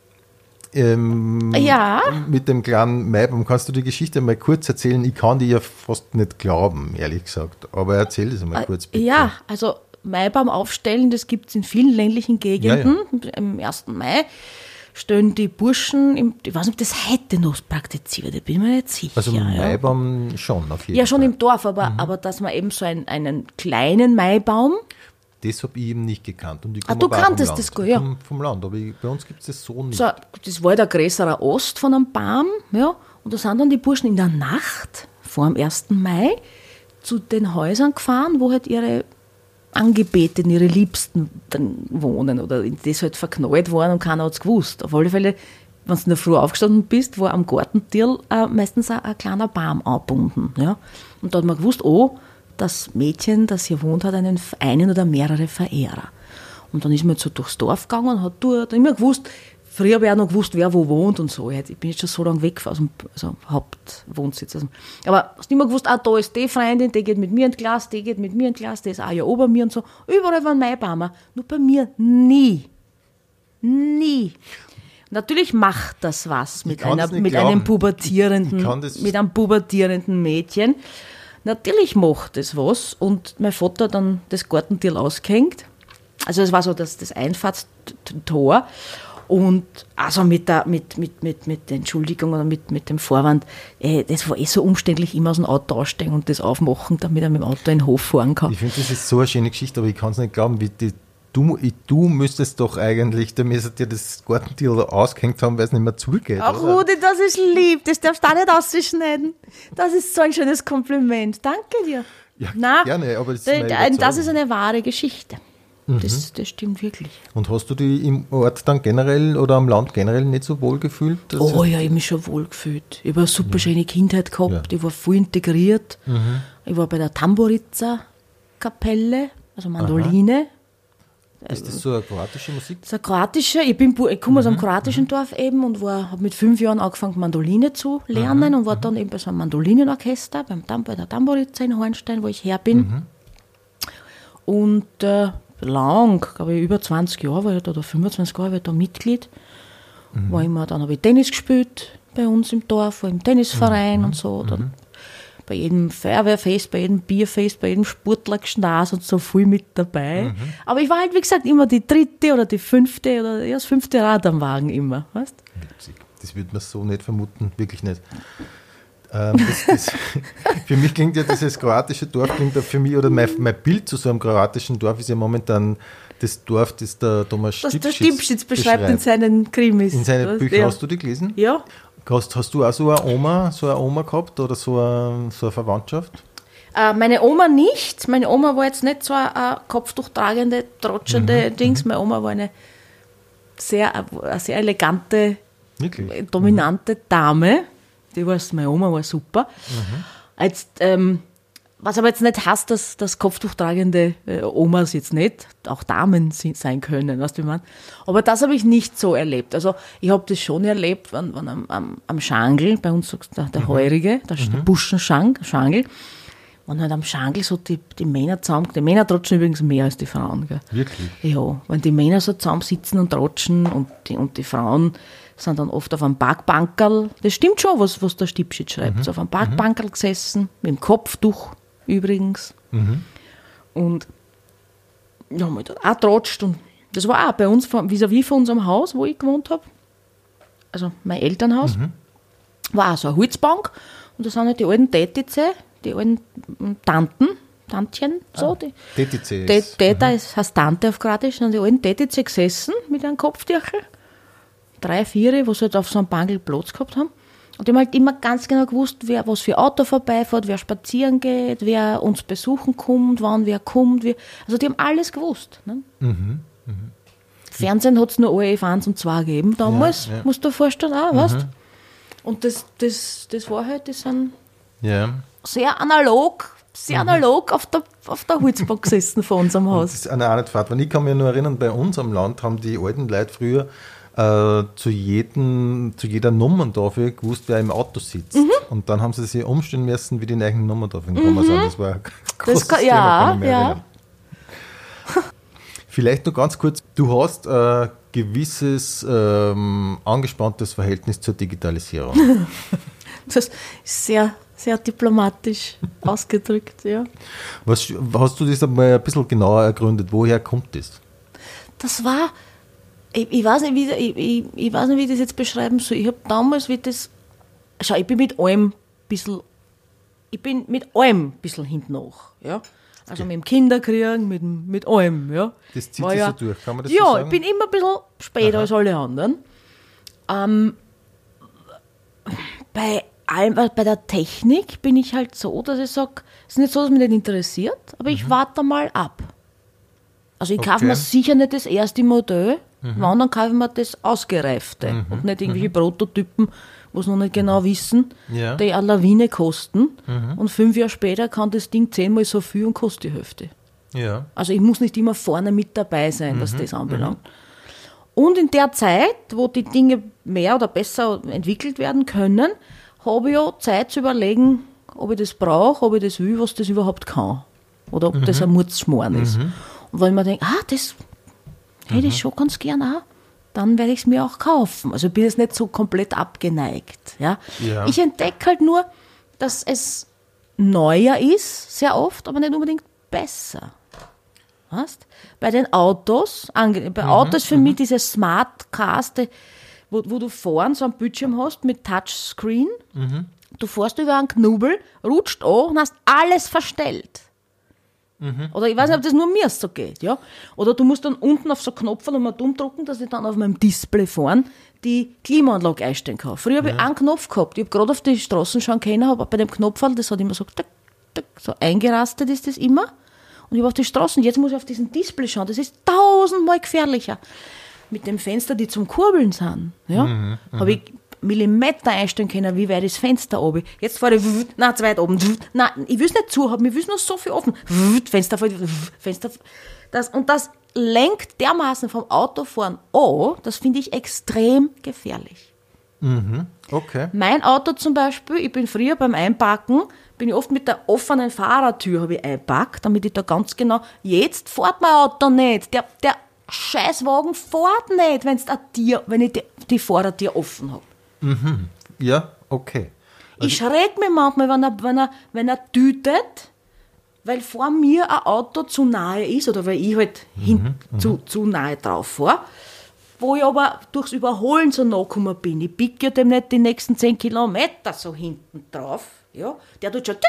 Ähm, ja. Mit dem kleinen Maibaum. Kannst du die Geschichte mal kurz erzählen? Ich kann die ja fast nicht glauben, ehrlich gesagt. Aber erzähl das mal kurz, bitte. Ja, also Maibaum aufstellen, das gibt es in vielen ländlichen Gegenden. Ja, ja. Am ersten Mai stellen die Burschen, im, ich weiß nicht, ob das heute noch praktiziert wird, ich bin mir nicht sicher. Also Maibaum ja. schon auf jeden Ja, schon Fall. im Dorf, aber, mhm. aber dass man eben so einen, einen kleinen Maibaum. Das habe ich eben nicht gekannt. Und ich ah, du kanntest vom das gut, ja. Vom, vom Land, aber ich, bei uns gibt es das so nicht. So, das war der größere Ast von einem Baum, ja, und da sind dann die Burschen in der Nacht vor dem ersten Mai zu den Häusern gefahren, wo halt ihre Angebeteten, ihre Liebsten dann wohnen oder das halt verknallt waren und keiner hat es gewusst. Auf alle Fälle, wenn du in der Früh aufgestanden bist, war am Gartentierl äh, meistens ein, ein kleiner Baum angebunden. Ja? Und da hat man gewusst, oh, das Mädchen, das hier wohnt, hat einen, einen oder mehrere Verehrer. Und dann ist man jetzt so durchs Dorf gegangen und hat dort immer gewusst, früher habe ich auch noch gewusst, wer wo wohnt und so. Ich bin jetzt schon so lange weg aus dem also Hauptwohnsitz. Aber hast immer gewusst, ah, da ist die Freundin, die geht mit mir ins Glas, die geht mit mir ins Glas, die ist auch ja ober mir und so. Überall waren Maibaumer. Nur bei mir nie. Nie. Natürlich macht das was mit, einer, mit einem pubertierenden, mit einem pubertierenden Mädchen. Natürlich macht das was. Und mein Vater hat dann das Gartentier ausgehängt. Also es war so das, das Einfahrtstor. Und also mit der mit, mit, mit, mit der Entschuldigung oder mit, mit dem Vorwand, äh, das war eh so umständlich, immer aus dem Auto aussteigen und das aufmachen, damit er mit dem Auto in den Hof fahren kann. Ich finde, das ist so eine schöne Geschichte, aber ich kann es nicht glauben, wie die, du, du müsstest doch eigentlich, da müsstet dir das Gartentier ausgehängt haben, weil es nicht mehr zugeht. Ach Rudi, das ist lieb, das darfst du auch nicht ausschneiden. Das ist so ein schönes Kompliment, danke dir. Ja, Na, gerne, aber das ist, ist, das ist eine wahre Geschichte. Mhm. Das, das stimmt wirklich. Und hast du dich im Ort dann generell oder am Land generell nicht so wohl gefühlt? Oh ja, ich habe mich schon wohl gefühlt. Ich habe eine super schöne Kindheit gehabt, ja. Ich war voll integriert. Mhm. Ich war bei der Tamburica-Kapelle, also Mandoline. Aha. Ist das so eine kroatische Musik? Das ist eine kroatische, ich, bin, ich komme aus einem kroatischen mhm. Dorf eben und habe mit fünf Jahren angefangen, Mandoline zu lernen mhm. und war dann eben bei so einem Mandolinenorchester, beim, bei der Tamburica in Hornstein, wo ich her bin. Mhm. Und äh, lang, glaube ich, über zwanzig Jahre war ich da, oder fünfundzwanzig Jahre war ich da Mitglied. Mhm. War immer, dann habe ich Tennis gespielt bei uns im Dorf, war im Tennisverein mhm. und so. Dann mhm. bei jedem Feuerwehrfest, bei jedem Bierfest, bei jedem Sportlergschnaß und so viel mit dabei. Mhm. Aber ich war halt, wie gesagt, immer die dritte oder die fünfte oder ja, das fünfte Rad am Wagen immer. Weißt? Witzig. Das würde man so nicht vermuten, wirklich nicht. Ähm, das, das, für mich klingt ja dieses kroatische Dorf, klingt ja für mich, oder mein, mein Bild zu so einem kroatischen Dorf ist ja momentan das Dorf, das der Thomas Stipschitz, das der Stipschitz beschreibt, beschreibt in seinen Krimis. In seinen Büchern. Ja. Hast du die gelesen? Ja. Hast, hast du auch so eine Oma, so eine Oma gehabt oder so eine, so eine Verwandtschaft? Äh, meine Oma nicht. Meine Oma war jetzt nicht so eine, eine kopftuchtragende, trotschende mhm. Dings. Meine Oma war eine sehr, eine sehr elegante, Wirklich? dominante mhm. Dame. Die war, meine Oma war super. Mhm. Jetzt, ähm, Was aber jetzt nicht heißt, dass, dass kopftuchtragende äh, Omas jetzt nicht, auch Damen sein können, weißt du, wie man. Aber das habe ich nicht so erlebt. Also ich habe das schon erlebt, wenn, wenn am, am, am Schangl, bei uns sagst du der, der mhm. Heurige, der, mhm. der Buschenschangl, Schangl, wenn halt am Schangl so die, die Männer zusammen, die Männer tratschen übrigens mehr als die Frauen. Gell? Wirklich? Ja, wenn die Männer so zusammen sitzen und tratschen und die, und die Frauen sind dann oft auf einem Parkbankerl, das stimmt schon, was, was der Stipschitz schreibt, mhm. so auf einem Parkbankerl gesessen, mit dem Kopftuch übrigens. Mhm. Und ja, haben wir dort auch tratscht und das war auch bei uns, vis-à-vis von unserem Haus, wo ich gewohnt habe, also mein Elternhaus, mhm. war auch so eine Holzbank und da sind halt die alten Tätize, die alten Tanten, Tantchen, so. Ah, die Tätize. Täter mhm. heißt Tante auf Kroatisch, sind die alten Tätize gesessen mit einem Kopftüchel, drei, vier, wo sie halt auf so einem Bankel Platz gehabt haben. Und die haben halt immer ganz genau gewusst, wer was für Auto vorbeifährt, wer spazieren geht, wer uns besuchen kommt, wann wer kommt. Wer, also die haben alles gewusst. Ne? Mhm, mh. Fernsehen hat es nur O R F eins und zwei gegeben damals, ja, ja. musst du dir vorstellen, auch, mhm. weißt? Und das, das, das war halt, die sind ja. sehr analog, sehr mhm. analog auf der, auf der Holzbank gesessen von unserem Haus. Das ist eine andere Fahrt. Ich kann mich nur erinnern, bei uns am Land haben die alten Leute früher Äh, zu, jedem, zu jeder Nummerntafel gewusst, wer im Auto sitzt. Mhm. Und dann haben sie sich umstellen müssen, wie die neuen Nummertafeln gekommen mhm. sind. Das war ein großes das kann, Thema, ja, kann ich mich ja. erinnern. Vielleicht noch ganz kurz, du hast ein gewisses ähm, angespanntes Verhältnis zur Digitalisierung. Das ist sehr, sehr diplomatisch ausgedrückt, ja. Was, hast du das einmal ein bisschen genauer ergründet? Woher kommt das? Das war... Ich, ich, weiß nicht, wie, ich, ich, ich weiß nicht, wie ich das jetzt beschreiben soll. Ich habe damals, wie das. Schau, ich bin mit allem ein bisschen. Ich bin mit allem ein bisschen hinten nach. Ja? Also okay. mit dem Kinderkriegen, mit, mit allem. Ja? Das zieht sich ja, so durch, kann man das ja, so sagen? Ja, ich bin immer ein bisschen später Aha. als alle anderen. Ähm, bei, allem, bei der Technik bin ich halt so, dass ich sage, es ist nicht so, dass mich nicht interessiert, aber mhm. ich warte mal ab. Also ich okay. kaufe mir sicher nicht das erste Modell, mhm. wenn, dann kaufe ich mir das Ausgereifte mhm. und nicht irgendwelche mhm. Prototypen, wo sie noch nicht genau wissen, ja. die eine Lawine kosten mhm. und fünf Jahre später kann das Ding zehnmal so viel und kostet die Hälfte. Ja. Also ich muss nicht immer vorne mit dabei sein, was mhm. das anbelangt. Mhm. Und in der Zeit, wo die Dinge mehr oder besser entwickelt werden können, habe ich ja Zeit zu überlegen, ob ich das brauche, ob ich das will, was das überhaupt kann. Oder ob mhm. das ein Murzschmoren ist. Mhm. Und wenn ich mir denke, ah, das hätte ich schon ganz gern auch, dann werde ich es mir auch kaufen. Also ich bin jetzt nicht so komplett abgeneigt. Ja? Ja. Ich entdecke halt nur, dass es neuer ist, sehr oft, aber nicht unbedingt besser. Weißt? Bei den Autos, ange- bei mhm, Autos für mhm. mich diese Smart Cars, die, wo, wo du vorne so einen Bildschirm hast mit Touchscreen, mhm. du fährst über einen Knubbel, rutscht an und hast alles verstellt. Mhm. Oder ich weiß nicht, ob das nur mir so geht, ja. Oder du musst dann unten auf so einen Knopf nochmal umdrücken, dass ich dann auf meinem Display vorne die Klimaanlage einstellen kann. Früher habe ja. ich einen Knopf gehabt. Ich habe gerade auf die Straßen schauen können, aber bei dem Knopf, das hat immer so, tick, tick, so eingerastet ist das immer. Und ich habe auf die Straßen, jetzt muss ich auf diesen Display schauen. Das ist tausendmal gefährlicher. Mit dem Fenster, die zum Kurbeln sind, ja, mhm, habe ich Millimeter einstellen können, wie weit das Fenster oben. Jetzt fahre ich, nein, zu weit oben, nein, ich will es nicht zu haben, ich will es nur so viel offen. Fenster, Fenster, das, und das lenkt dermaßen vom Autofahren an, das finde ich extrem gefährlich. Mhm, okay. Mein Auto zum Beispiel, ich bin früher beim Einparken, bin ich oft mit der offenen Fahrertür habe ich einparkt, damit ich da ganz genau, jetzt fährt mein Auto nicht, der, der Scheißwagen fährt nicht, wenn's ein Tier, wenn ich die, die Fahrertür offen habe. Mhm. Ja, okay. Also ich schräg mich manchmal, wenn er, wenn, er, wenn er tütet, weil vor mir ein Auto zu nahe ist oder weil ich halt mhm, hin, zu, zu nahe drauf fahre, wo ich aber durchs Überholen so nachgekommen bin. Ich biege ja dem nicht die nächsten zehn Kilometer so hinten drauf. Ja? Der tut schon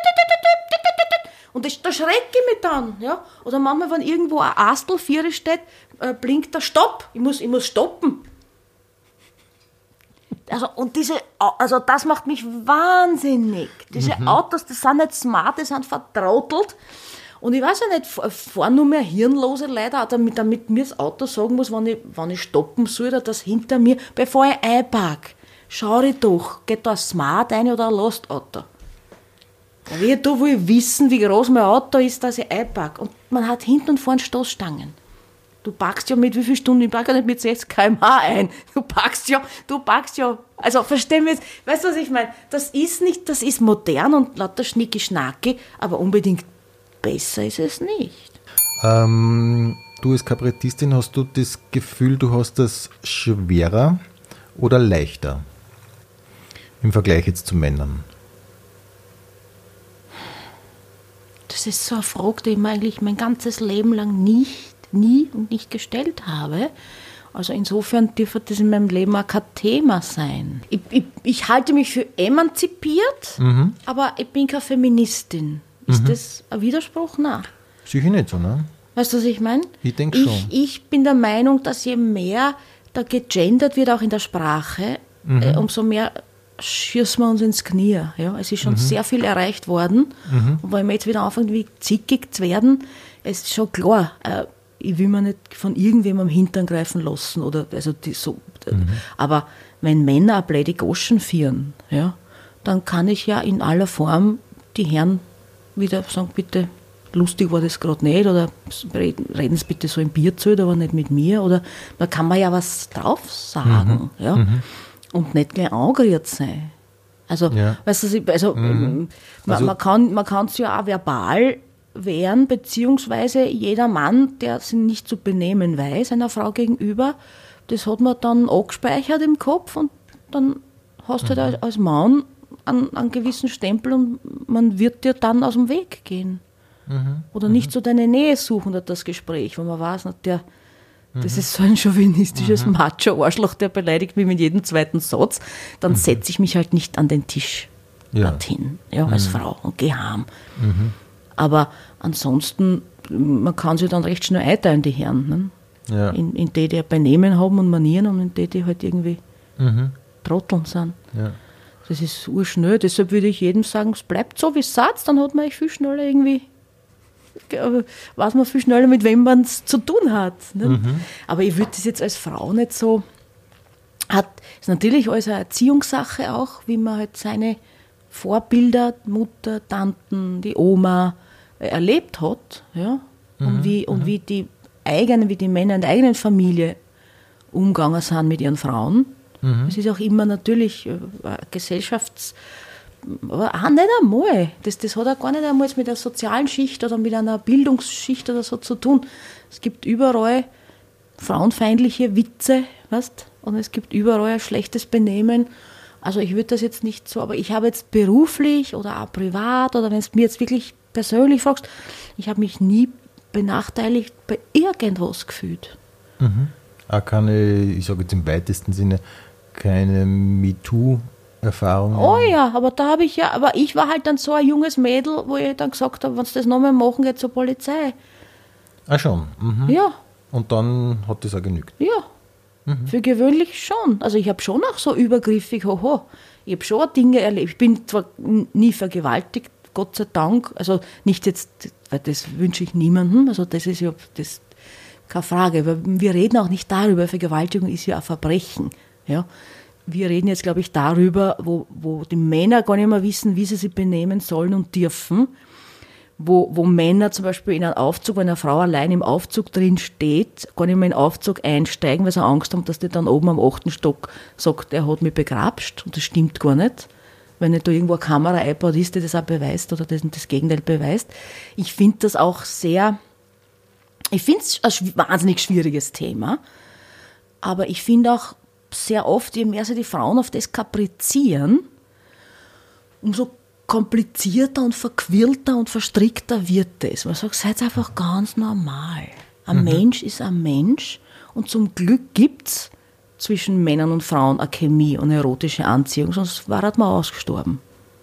und das, da schrecke ich mich dann. Ja? Oder manchmal, wenn irgendwo ein Astel vier steht, äh, blinkt der Stopp. Ich muss, ich muss stoppen. Also, und diese, also das macht mich wahnsinnig. Diese mhm. Autos, das sind nicht smart, die sind vertrottelt. Und ich weiß ja nicht, fahren nur mehr hirnlose Leute, damit, damit mir das Auto sagen muss, wann ich, wann ich stoppen soll, oder das hinter mir, bevor ich einparke. Schau ich doch, geht da ein Smart rein oder ein Lost-Auto? Wie du will wissen, wie groß mein Auto ist, dass ich einpacke. Und man hat hinten und vorne Stoßstangen. Du packst ja mit wie viel Stunden? Ich packe ja nicht mit sechzig Kilometer pro Stunde ein. Du packst ja, du packst ja. Also verstehen wir jetzt, weißt du, was ich meine? Das ist nicht, das ist modern und lauter Schnicki-Schnacki, aber unbedingt besser ist es nicht. Ähm, du als Kabarettistin, hast du das Gefühl, du hast das schwerer oder leichter im Vergleich jetzt zu Männern? Das ist so eine Frage, die ich mir eigentlich mein ganzes Leben lang nicht, nie und nicht gestellt habe. Also insofern dürfte das in meinem Leben auch kein Thema sein. Ich, ich, ich halte mich für emanzipiert, mhm. aber ich bin keine Feministin. Ist mhm. das ein Widerspruch? Nein. Sicher nicht so, ne? Weißt du, was ich meine? Ich denke schon. Ich bin der Meinung, dass je mehr da gegendert wird, auch in der Sprache, mhm. äh, umso mehr schießen wir uns ins Knie. Ja? Es ist schon mhm. sehr viel erreicht worden. Mhm. Und wenn wir jetzt wieder anfangen, wie zickig zu werden, es ist schon klar, äh, ich will mir nicht von irgendwem am Hintern greifen lassen. Oder, also die, so, mhm. Aber wenn Männer eine blöde Goschen führen, ja, dann kann ich ja in aller Form die Herren wieder sagen, bitte, lustig war das gerade nicht, oder reden, reden Sie bitte so im Bierzelt, aber nicht mit mir. Oder da kann man ja was drauf sagen. Mhm. Ja? Mhm. Und nicht gleich angerührt sein. Also, ja. weißt du, also, mhm. man, also man kann man kann es ja auch verbal wehren, beziehungsweise jeder Mann, der sich nicht zu benehmen weiß, einer Frau gegenüber, das hat man dann angespeichert im Kopf und dann hast du mhm. halt als Mann einen, einen gewissen Stempel und man wird dir dann aus dem Weg gehen. Mhm. Oder nicht mhm. so deine Nähe suchen oder das Gespräch, wo man weiß, der das ist so ein chauvinistisches mhm. Macho-Arschloch, der beleidigt mich mit jedem zweiten Satz. Dann mhm. setze ich mich halt nicht an den Tisch ja. dorthin, ja, als mhm. Frau und gehe heim. Mhm. Aber ansonsten, man kann sich dann recht schnell einteilen, die Herren. Ne? Ja. In, in die, die Benehmen haben und Manieren und in die, die halt irgendwie mhm. Trotteln sind. Ja. Das ist urschnell. Deshalb würde ich jedem sagen, es bleibt so, wie es sagt, dann hat man eigentlich viel schneller irgendwie weiß man viel schneller, mit wem man es zu tun hat. Ne? Mhm. Aber ich würde das jetzt als Frau nicht so, hat ist natürlich alles eine Erziehungssache auch, wie man halt seine Vorbilder, Mutter, Tanten, die Oma äh, erlebt hat, ja? Mhm. und, wie, und mhm. wie die eigenen, wie die Männer in der eigenen Familie umgegangen sind mit ihren Frauen. Mhm. Es ist auch immer natürlich äh, Gesellschafts- aber auch nicht einmal. Das, das hat auch gar nicht einmal mit einer sozialen Schicht oder mit einer Bildungsschicht oder so zu tun. Es gibt überall frauenfeindliche Witze, weißt? Und es gibt überall ein schlechtes Benehmen. Also ich würde das jetzt nicht so, aber ich habe jetzt beruflich oder auch privat oder wenn es mir jetzt wirklich persönlich fragst, ich habe mich nie benachteiligt bei irgendwas gefühlt. Mhm. Auch keine, ich sage jetzt im weitesten Sinne, keine MeToo- Erfahrungen. Oh ja, aber da habe ich ja, aber ich war halt dann so ein junges Mädel, wo ich dann gesagt habe, wenn sie das nochmal machen, geht zur Polizei. Ah schon? Mhm. Ja. Und dann hat das auch genügt? Ja, mhm. für gewöhnlich schon. Also ich habe schon auch so übergriffig, hoho, ich habe schon Dinge erlebt. Ich bin zwar nie vergewaltigt, Gott sei Dank, also nicht jetzt, weil das wünsche ich niemandem, also das ist ja das, keine Frage, weil wir reden auch nicht darüber, Vergewaltigung ist ja ein Verbrechen, ja. Wir reden jetzt, glaube ich, darüber, wo, wo die Männer gar nicht mehr wissen, wie sie sich benehmen sollen und dürfen. Wo, wo Männer zum Beispiel in einem Aufzug, wenn eine Frau allein im Aufzug drin steht, gar nicht mehr in den Aufzug einsteigen, weil sie Angst haben, dass die dann oben am achten Stock sagt, er hat mich begrapscht. Und das stimmt gar nicht. Wenn nicht da irgendwo eine Kamera einbaut ist, die das auch beweist oder das, das Gegenteil beweist. Ich finde das auch sehr, ich finde es ein wahnsinnig schwieriges Thema. Aber ich finde auch, sehr oft, je mehr sich die Frauen auf das kaprizieren, umso komplizierter und verquirlter und verstrickter wird das. Man sagt, seid einfach ganz normal. Ein mhm. Mensch ist ein Mensch und zum Glück gibt es zwischen Männern und Frauen eine Chemie und eine erotische Anziehung, sonst war man ausgestorben.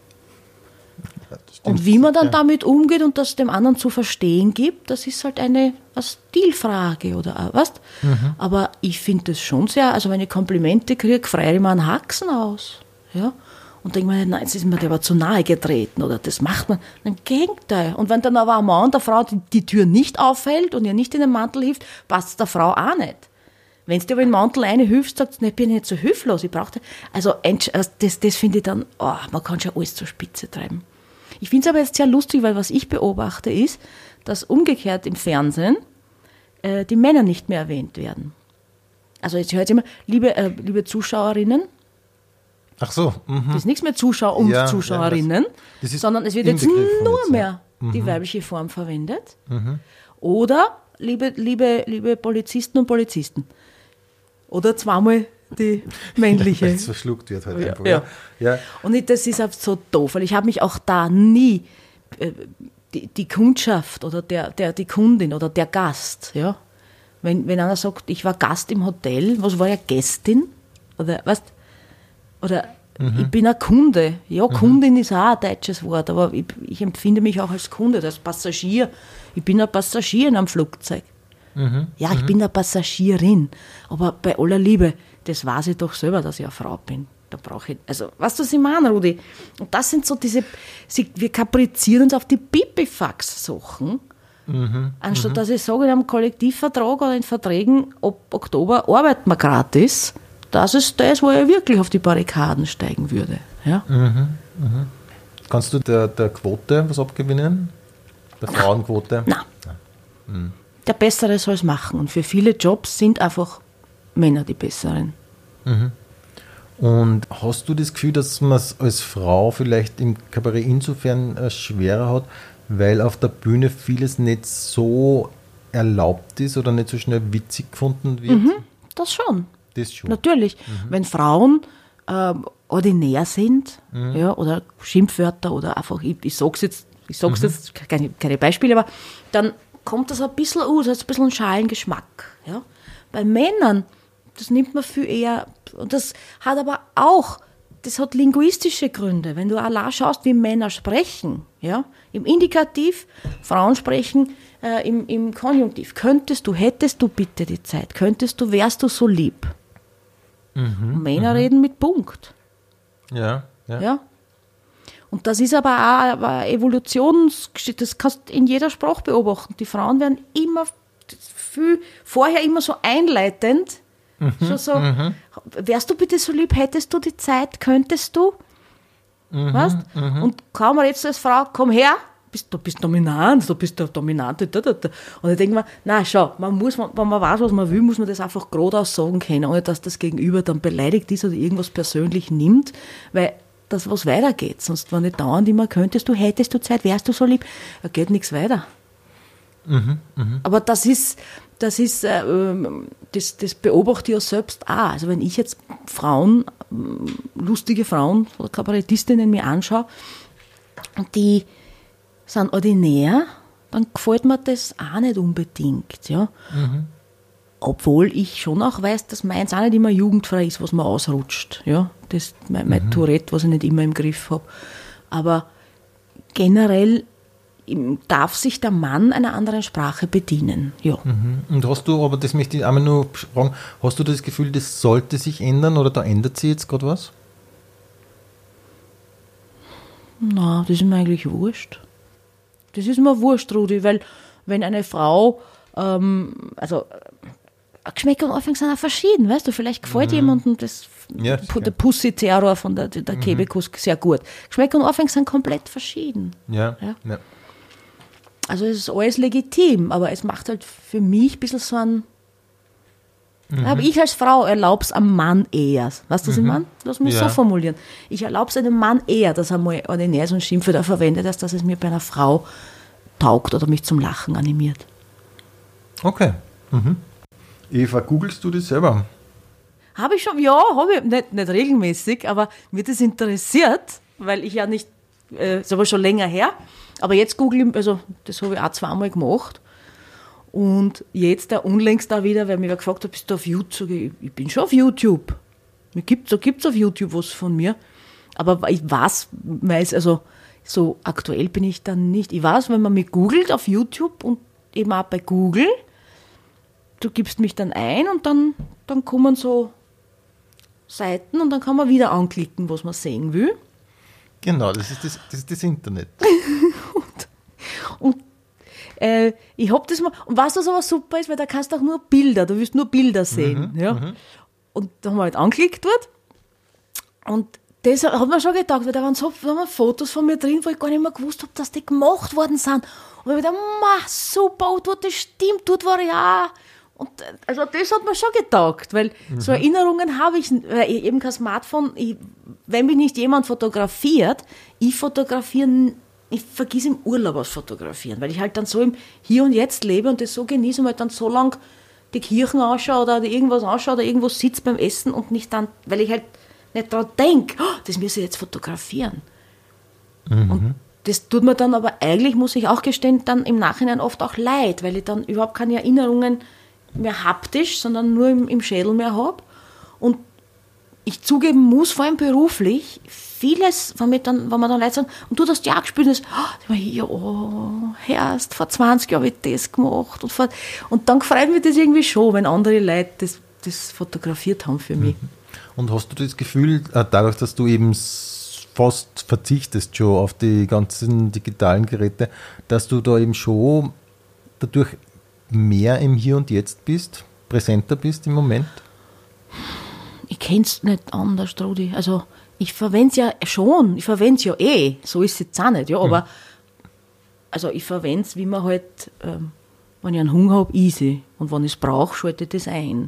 Ja, und wie man dann ja. damit umgeht und das dem anderen zu verstehen gibt, das ist halt eine, eine Stilfrage oder was. Mhm. Aber ich finde das schon sehr, also wenn ich Komplimente kriege, freue ich mir einen Haxen aus. Ja? Und denke mir, nein, jetzt ist mir der aber zu nahe getreten oder das macht man. Im Gegenteil. Und wenn dann aber ein Mann der Frau die, die Tür nicht aufhält und ihr nicht in den Mantel hilft, passt es der Frau auch nicht. Wenn du dir aber in den Mantel reinhilfst, sagst du, ich bin nicht so hilflos. Ich brauchte, also das, das finde ich dann, oh, man kann schon alles zur Spitze treiben. Ich finde es aber jetzt sehr lustig, weil was ich beobachte ist, dass umgekehrt im Fernsehen äh, die Männer nicht mehr erwähnt werden. Also jetzt hört ihr immer, liebe, äh, liebe Zuschauerinnen, Ach so. Mhm. das ist nichts mehr Zuschauer und Ja, Zuschauerinnen, ja, das, das sondern es wird jetzt inbegriffen nur jetzt, mehr ja. Mhm. die weibliche Form verwendet. Mhm. Oder liebe, liebe, liebe Polizisten und Polizisten. Oder zweimal die männliche. Weil es verschluckt wird halt Ja, einfach. ja. Ja. Und ich, das ist auch so doof, weil ich habe mich auch da nie, äh, die, die Kundschaft oder der, der, die Kundin oder der Gast, ja, wenn, wenn einer sagt, ich war Gast im Hotel, was war ja Gästin? Oder, weißt, oder mhm. ich bin ein Kunde. Ja, Kundin mhm. ist auch ein deutsches Wort, aber ich, ich empfinde mich auch als Kunde, als Passagier. Ich bin ein Passagier in einem Flugzeug. Mhm. Ja, ich mhm. bin eine Passagierin, aber bei aller Liebe, das weiß ich doch selber, dass ich eine Frau bin. Da brauche ich, also, weißt du, was ich meine, Rudi? Und das sind so diese, sie, wir kaprizieren uns auf die Pipifax-Sachen, mhm. anstatt mhm. dass ich sage, in einem Kollektivvertrag oder in Verträgen, ab Oktober arbeiten wir gratis. Das ist das, wo ich wirklich auf die Barrikaden steigen würde. Ja? Mhm. Mhm. Kannst du der, der Quote was abgewinnen? Der Nein. Frauenquote? Nein. Nein. Mhm. Der Bessere soll es machen. Und für viele Jobs sind einfach Männer die Besseren. Mhm. Und hast du das Gefühl, dass man es als Frau vielleicht im Kabarett insofern äh, schwerer hat, weil auf der Bühne vieles nicht so erlaubt ist oder nicht so schnell witzig gefunden wird? Mhm, das schon. Das schon. Natürlich. Mhm. Wenn Frauen ähm, ordinär sind, mhm. ja, oder Schimpfwörter oder einfach, ich, ich sage es jetzt, ich sag's mhm. jetzt keine, keine Beispiele, aber dann kommt das ein bisschen aus, ein bisschen einen schalen Geschmack. Ja? Bei Männern, das nimmt man viel eher, und das hat aber auch, das hat linguistische Gründe. Wenn du allein schaust, wie Männer sprechen, ja? Im Indikativ, Frauen sprechen äh, im, im Konjunktiv. Könntest du, hättest du bitte die Zeit, könntest du, wärst du so lieb. Mhm, und Männer mhm. reden mit Punkt. Ja, ja. ja? Und das ist aber auch eine Evolutionsgeschichte, das kannst du in jeder Sprache beobachten. Die Frauen werden immer viel, vorher immer so einleitend, mhm, schon so, mhm. wärst du bitte so lieb, hättest du die Zeit, könntest du, mhm, weißt? Mhm. Und kaum redest du als Frau, komm her, bist, du bist dominant, du bist der Dominante. Da, da, da. Und ich denke mir, na schau, man muss, wenn man weiß, was man will, muss man das einfach geradeaus sagen können, ohne dass das Gegenüber dann beleidigt ist oder irgendwas persönlich nimmt, weil das was weitergeht. Sonst, wenn nicht dauernd immer könntest du, hättest du Zeit, wärst du so lieb, da geht nichts weiter. Mhm, mh. Aber das ist, das ist, äh, das, das beobachte ich ja selbst auch. Also wenn ich jetzt Frauen, lustige Frauen oder Kabarettistinnen mir anschaue, und die sind ordinär, dann gefällt mir das auch nicht unbedingt, ja. Mhm. Obwohl ich schon auch weiß, dass meins auch nicht immer jugendfrei ist, was man ausrutscht. Ja? Das ist mein, mein mhm. Tourette, was ich nicht immer im Griff habe. Aber generell darf sich der Mann einer anderen Sprache bedienen. Ja. Mhm. Und hast du, aber das möchte ich einmal nur fragen, hast du das Gefühl, das sollte sich ändern oder da ändert sich jetzt gerade was? Na, das ist mir eigentlich wurscht. Das ist mir wurscht, Rudi, weil wenn eine Frau, ähm, also Geschmäcker und Anfang sind auch verschieden, weißt du, vielleicht gefällt mhm. jemandem das, ja, der Pussy-Terror von der, der mhm. Kebekus sehr gut. Geschmäcker und Anfang sind komplett verschieden. Ja. Ja. Ja. Also es ist alles legitim, aber es macht halt für mich ein bisschen so ein, mhm. aber ich als Frau erlaube es einem Mann eher. Weißt du, was mhm. ich meine? Lass mich ja. so formulieren. Ich erlaube es einem Mann eher, dass er mal ordinär so ein Schimpfwort verwendet, als dass es mir bei einer Frau taugt oder mich zum Lachen animiert. Okay. Mhm. Eva, googelst du das selber? Habe ich schon, ja, habe ich, nicht, nicht regelmäßig, aber mir das interessiert, weil ich ja nicht, äh, ist aber schon länger her, aber jetzt google ich, also das habe ich auch zweimal gemacht und jetzt der unlängst da wieder, weil mich wer gefragt hat, bist du auf YouTube? Ich, ich bin schon auf YouTube. Mir gibt, so gibt es auf YouTube was von mir, aber ich weiß, weiß, also so aktuell bin ich dann nicht. Ich weiß, wenn man mich googelt auf YouTube und eben auch bei Google, du gibst mich dann ein und dann, dann kommen so Seiten und dann kann man wieder anklicken, was man sehen will. Genau, das ist das, das, ist das Internet. und und äh, ich hab das mal, und weißt du, was aber super ist, weil da kannst du auch nur Bilder, du willst nur Bilder sehen. Mhm, ja? Mhm. Und da haben wir halt angeklickt dort und das hat man schon gedacht, weil da waren so da waren Fotos von mir drin, wo ich gar nicht mehr gewusst habe, dass die gemacht worden sind. Und ich dachte, ma, super, dort, das stimmt, dort war ich auch. Und also das hat mir schon getaugt, weil mhm. so Erinnerungen habe ich, weil ich eben kein Smartphone, ich, wenn mich nicht jemand fotografiert, ich fotografiere, ich vergesse im Urlaub was fotografieren, weil ich halt dann so im Hier und Jetzt lebe und das so genieße und halt dann so lang die Kirchen anschaue oder irgendwas anschaue oder irgendwo sitze beim Essen und nicht dann, weil ich halt nicht daran denke, oh, das muss ich jetzt fotografieren. Mhm. Und das tut mir dann aber eigentlich, muss ich auch gestehen, dann im Nachhinein oft auch leid, weil ich dann überhaupt keine Erinnerungen mehr haptisch, sondern nur im, im Schädel mehr habe. Und ich zugeben muss, vor allem beruflich, vieles, wenn, dann, wenn man dann Leute sagen, und du hast ja gespielt, das, oh, ja, Herrst, vor zwanzig Jahren habe ich das gemacht. Und, vor, und dann freut mich das irgendwie schon, wenn andere Leute das, das fotografiert haben für mich. Und hast du das Gefühl, dadurch, dass du eben fast verzichtest schon auf die ganzen digitalen Geräte, dass du da eben schon dadurch mehr im Hier und Jetzt bist, präsenter bist im Moment? Ich kenne es nicht anders, Trudi. Also ich verwende es ja schon, ich verwende es ja eh, so ist es jetzt auch nicht, ja, aber hm. also ich verwende es, wie man halt, ähm, wenn ich einen Hunger habe, easy und wenn ich es brauche, schalte ich das ein.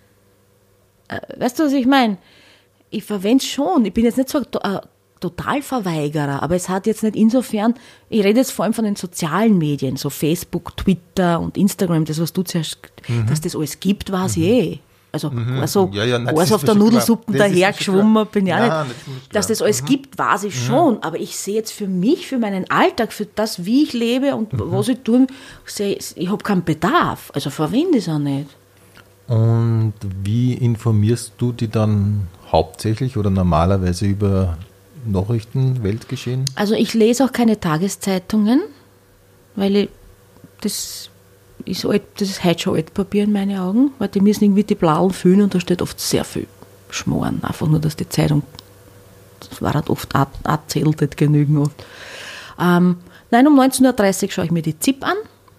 Äh, weißt du, was ich meine? Ich verwende es schon, ich bin jetzt nicht so ein Totalverweigerer, aber es hat jetzt nicht insofern, ich rede jetzt vor allem von den sozialen Medien, so Facebook, Twitter und Instagram, das, was du zuerst, mhm. dass das alles gibt, weiß mhm. ich eh. Also, mhm. also, ja, ja, nein, alles auf der Nudelsuppe dahergeschwommen bin, ja ja, nicht. nicht dass das alles mhm. gibt, weiß ich mhm. schon, aber ich sehe jetzt für mich, für meinen Alltag, für das, wie ich lebe und mhm. was ich tue, ich habe keinen Bedarf, also verwende ich es auch nicht. Und wie informierst du dich dann hauptsächlich oder normalerweise über Nachrichten, Weltgeschehen? Also ich lese auch keine Tageszeitungen, weil ich, das ist alt, das ist heute schon Altpapier in meinen Augen, weil die müssen irgendwie die Blauen füllen und da steht oft sehr viel Schmoren, einfach nur, dass die Zeitung, das war halt oft erzählt, nicht genügen oft. Ähm, nein, um neunzehn Uhr dreißig schaue ich mir die Z I P an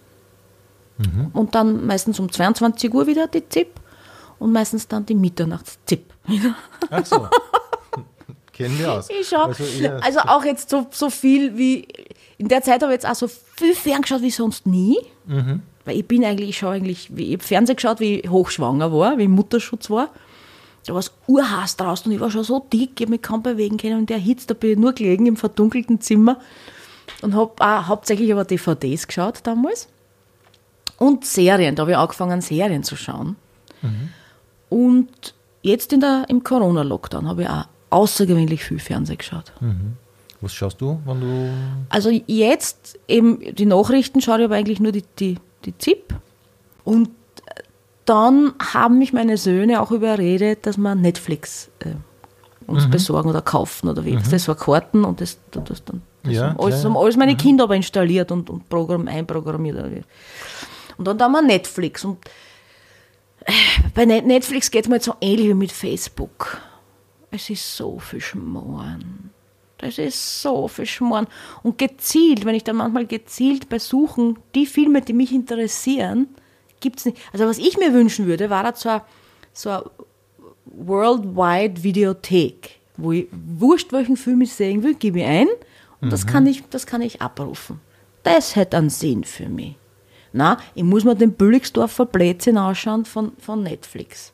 mhm. und dann meistens um zweiundzwanzig Uhr wieder die Z I P und meistens dann die Mitternachts-Z I P. Ach so. Kennen wir aus. Ich schaue, also, also auch jetzt so, so viel wie, in der Zeit habe ich jetzt auch so viel ferngeschaut wie sonst nie, mhm. weil ich bin eigentlich, ich schaue eigentlich, ich habe Fernsehen geschaut, wie ich hochschwanger war, wie ich im Mutterschutz war, da war es urheiß draußen und ich war schon so dick, ich habe mich kaum bewegen können und der Hitze, da bin ich nur gelegen im verdunkelten Zimmer und habe auch hauptsächlich aber D V Ds geschaut damals und Serien, da habe ich angefangen Serien zu schauen mhm. und jetzt in der, im Corona-Lockdown habe ich auch außergewöhnlich viel Fernsehen geschaut. Mhm. Was schaust du, wenn du... Also jetzt eben die Nachrichten schaue ich aber eigentlich nur die, die, die Z I P. Und dann haben mich meine Söhne auch überredet, dass wir Netflix äh, uns mhm. besorgen oder kaufen oder wie. Mhm. Das war Karten und das, das dann das ja, haben, alles, klar. haben alles meine mhm. Kinder aber installiert und, und Programm einprogrammiert. Und dann haben wir Netflix. Und äh, bei Netflix geht es mir jetzt so ähnlich wie mit Facebook. Es ist so viel Schmoren. Das ist so viel Schmoren. Und gezielt, wenn ich dann manchmal gezielt bei Suchen, die Filme, die mich interessieren, gibt es nicht. Also was ich mir wünschen würde, war da so eine, so eine Worldwide Videothek, wo ich wurscht, welchen Film ich sehen will, gebe ich ein und mhm. das, kann ich, das kann ich abrufen. Das hätte einen Sinn für mich. Na, ich muss mir den Bülligsdorfer Blödsinn anschauen von, von Netflix.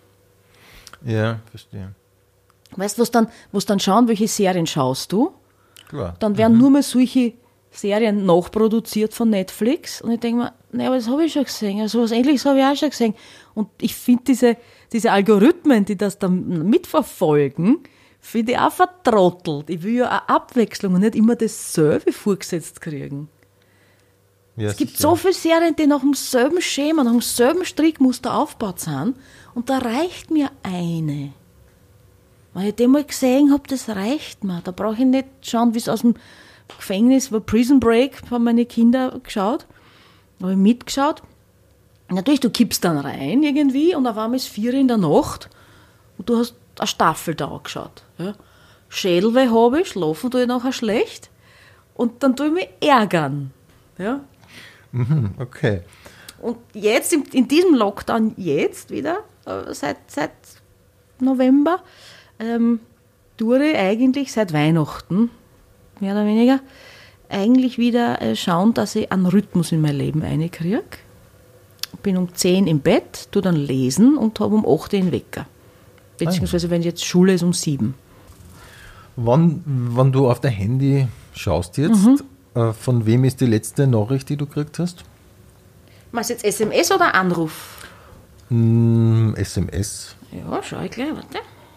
Ja, verstehe. Weißt du, was dann, was dann schauen, welche Serien schaust du? Klar. Dann werden mhm. nur mehr solche Serien nachproduziert von Netflix. Und ich denke mir, naja, aber das habe ich schon gesehen. Also was Ähnliches habe ich auch schon gesehen. Und ich finde diese, diese Algorithmen, die das dann mitverfolgen, finde ich auch vertrottelt. Ich will ja eine Abwechslung und nicht immer dasselbe vorgesetzt kriegen. Ja, es gibt sicher. So viele Serien, die nach demselben Schema, nach demselben Strickmuster aufgebaut sind. Und da reicht mir eine. Wenn ich den mal gesehen habe, das reicht mir. Da brauche ich nicht schauen, wie es aus dem Gefängnis war. Prison Break haben meine Kinder geschaut. Da habe ich mitgeschaut. Natürlich, du kippst dann rein irgendwie und auf einmal ist vier in der Nacht und du hast eine Staffel da angeschaut. Ja. Schädelweh habe ich, schlafen tue ich nachher schlecht und dann tue ich mich ärgern. Ja. Okay. Und jetzt, in, in diesem Lockdown, jetzt wieder, äh, seit, seit November, ähm, tue ich eigentlich seit Weihnachten, mehr oder weniger, eigentlich wieder äh, schauen, dass ich einen Rhythmus in mein Leben reinkriege. Bin um zehn im Bett, tue dann lesen und habe um acht den Wecker. Beziehungsweise, wenn jetzt Schule ist, um sieben. Wann, wann du auf dein Handy schaust jetzt, mhm. äh, von wem ist die letzte Nachricht, die du gekriegt hast? Meinst du jetzt S M S oder Anruf? Mm, S M S. Ja, schau ich gleich, warte.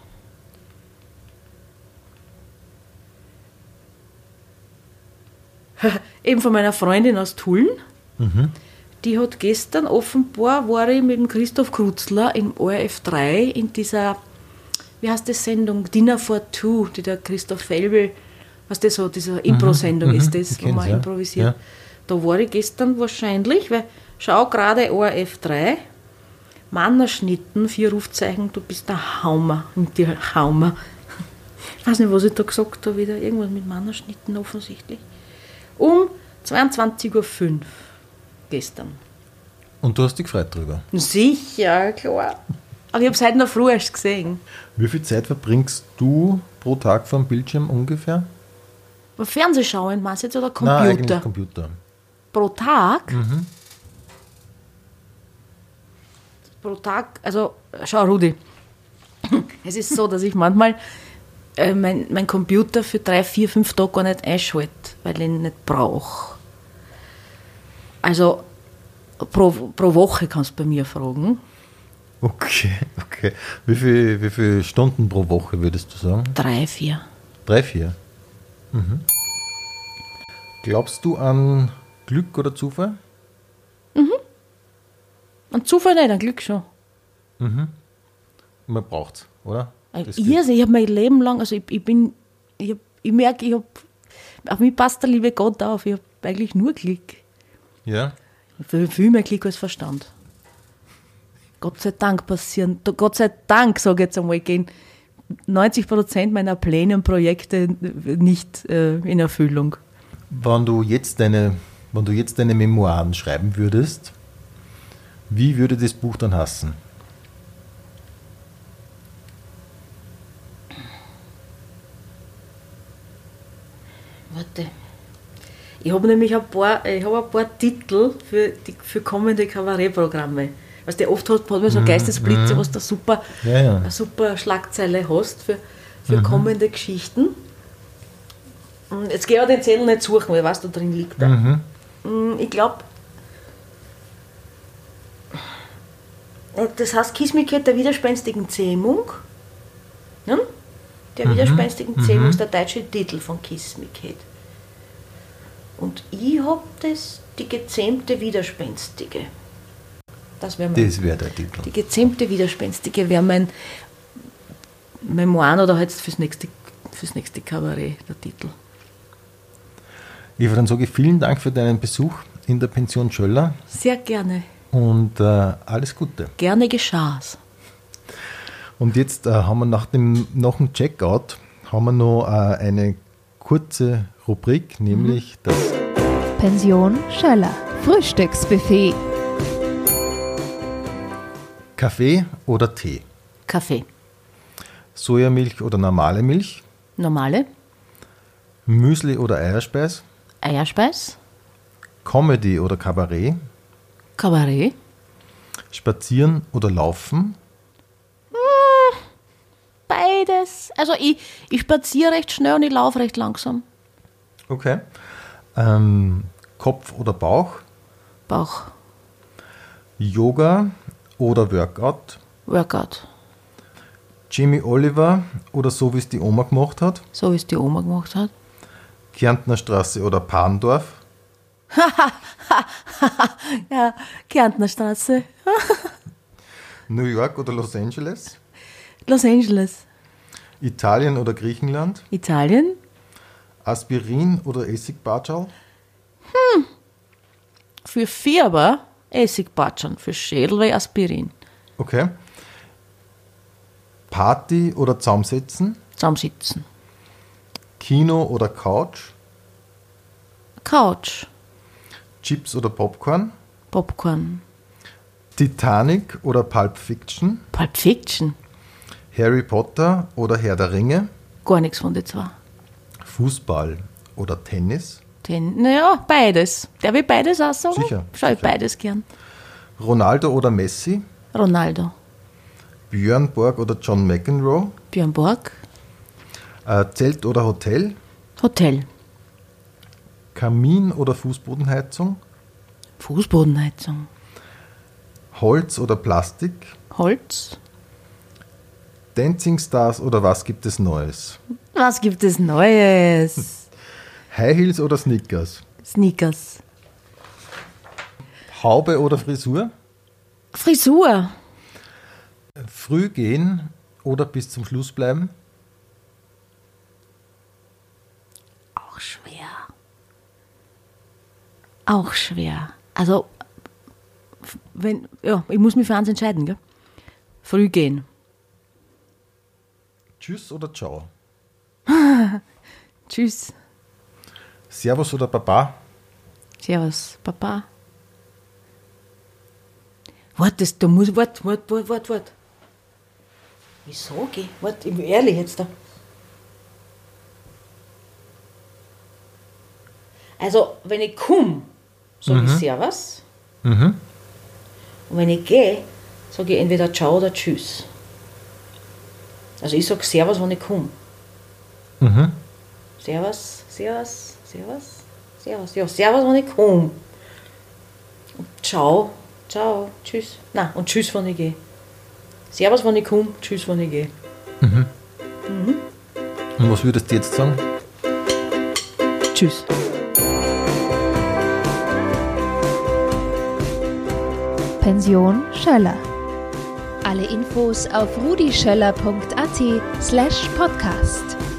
Eben von meiner Freundin aus Tulln. Mhm. Die hat gestern offenbar, war ich mit dem Christoph Krutzler im O R F drei in dieser, wie heißt die Sendung, Dinner for Two, die der Christoph Felbel, was das so, diese Impro-Sendung mhm, ist das, wo man ja. improvisiert. Ja. Da war ich gestern wahrscheinlich, weil, schau gerade O R F drei, Mannerschnitten, vier Rufzeichen, du bist der Haumer, und die Haumer. Ich weiß nicht, was ich da gesagt habe, wieder irgendwas mit Mannerschnitten offensichtlich. Um zweiundzwanzig Uhr fünf gestern. Und du hast dich gefreut drüber? Sicher, klar. Aber ich habe es heute noch früh erst gesehen. Wie viel Zeit verbringst du pro Tag vor dem Bildschirm ungefähr? Fernsehschauen, meinst du jetzt, oder Computer? Nein, eigentlich Computer. Pro Tag? Mhm. Pro Tag, also, schau Rudi, es ist so, dass ich manchmal äh, mein, mein Computer für drei, vier, fünf Tage gar nicht einschalte, weil ich ihn nicht brauche. Also pro, pro Woche kannst du bei mir fragen. Okay, okay. Wie viel, wie viele Stunden pro Woche würdest du sagen? Drei, vier. Drei, vier? Mhm. Glaubst du an Glück oder Zufall? Mhm. An Zufall nicht, an Glück schon. Mhm. Man braucht es, oder? Ich, ich habe mein Leben lang, also ich, ich bin, ich, hab, ich merke, ich habe, auf mich passt der liebe Gott auf, ich habe eigentlich nur Glück. Ja? Viel, viel mehr Glück als Verstand. Gott sei Dank passieren, Gott sei Dank, sage ich jetzt einmal, gehen neunzig Prozent meiner Pläne und Projekte nicht äh, in Erfüllung. Wenn du jetzt deine, wenn du jetzt deine Memoiren schreiben würdest, wie würde das Buch dann heißen? Warte. Ich habe nämlich ein paar, ich hab ein paar Titel für, die, für kommende Kabarettprogramme. Weißt du, oft hat man so Geistesblitze, mm, was du super, ja, ja. eine super Schlagzeile hast für, für mhm. kommende Geschichten. Und jetzt gehe ich den Zettel nicht suchen, weil was da drin liegt. Da. Mhm. Ich glaube, das heißt Kiss Me Kate der widerspenstigen Zähmung. Ja? Der mhm. widerspenstigen Zähmung mhm. ist der deutsche Titel von Kiss Me Kate. Und ich habe das, die gezähmte Widerspenstige. Das wäre wär der Titel. Die gezähmte Widerspenstige wäre mein Memoir oder halt fürs nächste, fürs nächste Kabarett der Titel. Eva, dann sage ich vielen Dank für deinen Besuch in der Pension Schöller. Sehr gerne. Und äh, alles Gute. Gerne geschah's. Und jetzt äh, haben wir nach dem, nach dem Checkout haben wir noch äh, eine kurze Rubrik, nämlich mhm. das Pension Schöller Frühstücksbuffet. Kaffee oder Tee? Kaffee. Sojamilch oder normale Milch? Normale. Müsli oder Eierspeis? Eierspeis. Comedy oder Kabarett? Kabarett. Spazieren oder Laufen? Hm, beides. Also ich, ich spaziere recht schnell und ich laufe recht langsam. Okay. Ähm, Kopf oder Bauch? Bauch. Yoga oder Workout? Workout. Jamie Oliver oder so, wie es die Oma gemacht hat? So, wie es die Oma gemacht hat. Kärntner Straße oder Parndorf? Ja, Kärntner Straße. New York oder Los Angeles? Los Angeles. Italien oder Griechenland? Italien. Aspirin oder Essigbatschal? Hm. Für Fieber Essigbatschal, für Schädel wäre Aspirin. Okay. Party oder Zusammensitzen? Zusammensitzen. Kino oder Couch? Couch. Chips oder Popcorn? Popcorn. Titanic oder Pulp Fiction? Pulp Fiction. Harry Potter oder Herr der Ringe? Gar nichts von den zwei. Fußball oder Tennis? Ten, naja, beides. Darf ich beides auch sagen? Sicher, Schau ich sicher. beides gern. Ronaldo oder Messi? Ronaldo. Björn Borg oder John McEnroe? Björn Borg. Äh, Zelt oder Hotel? Hotel. Kamin oder Fußbodenheizung? Fußbodenheizung. Holz oder Plastik? Holz. Dancing Stars oder was gibt es Neues? Was gibt es Neues? High Heels oder Sneakers? Sneakers. Haube oder Frisur? Frisur. Früh gehen oder bis zum Schluss bleiben? Auch schwer. Auch schwer. Also, wenn, ja, ich muss mich für eins entscheiden, gell? Früh gehen. Tschüss oder Ciao? Tschüss. Servus oder Baba? Servus, Papa. Warte, das, da muss, warte, warte, warte, warte, warte. Wie sag ich? Warte, ich bin ehrlich jetzt da. Also, wenn ich komme, sage ich Servus. Mhm. Und wenn ich gehe, sage ich entweder Ciao oder Tschüss. Also ich sage Servus, wenn ich komme. Mhm. Servus, Servus, Servus, Servus. Ja, Servus, wenn ich komme. Und Ciao, Ciao, Tschüss. Nein, und Tschüss, wenn ich gehe. Servus, wenn ich komme, Tschüss, wenn ich gehe. Und was würdest du jetzt sagen? Tschüss. Pension Schöller. Alle Infos auf rudischöller punkt at slash podcast.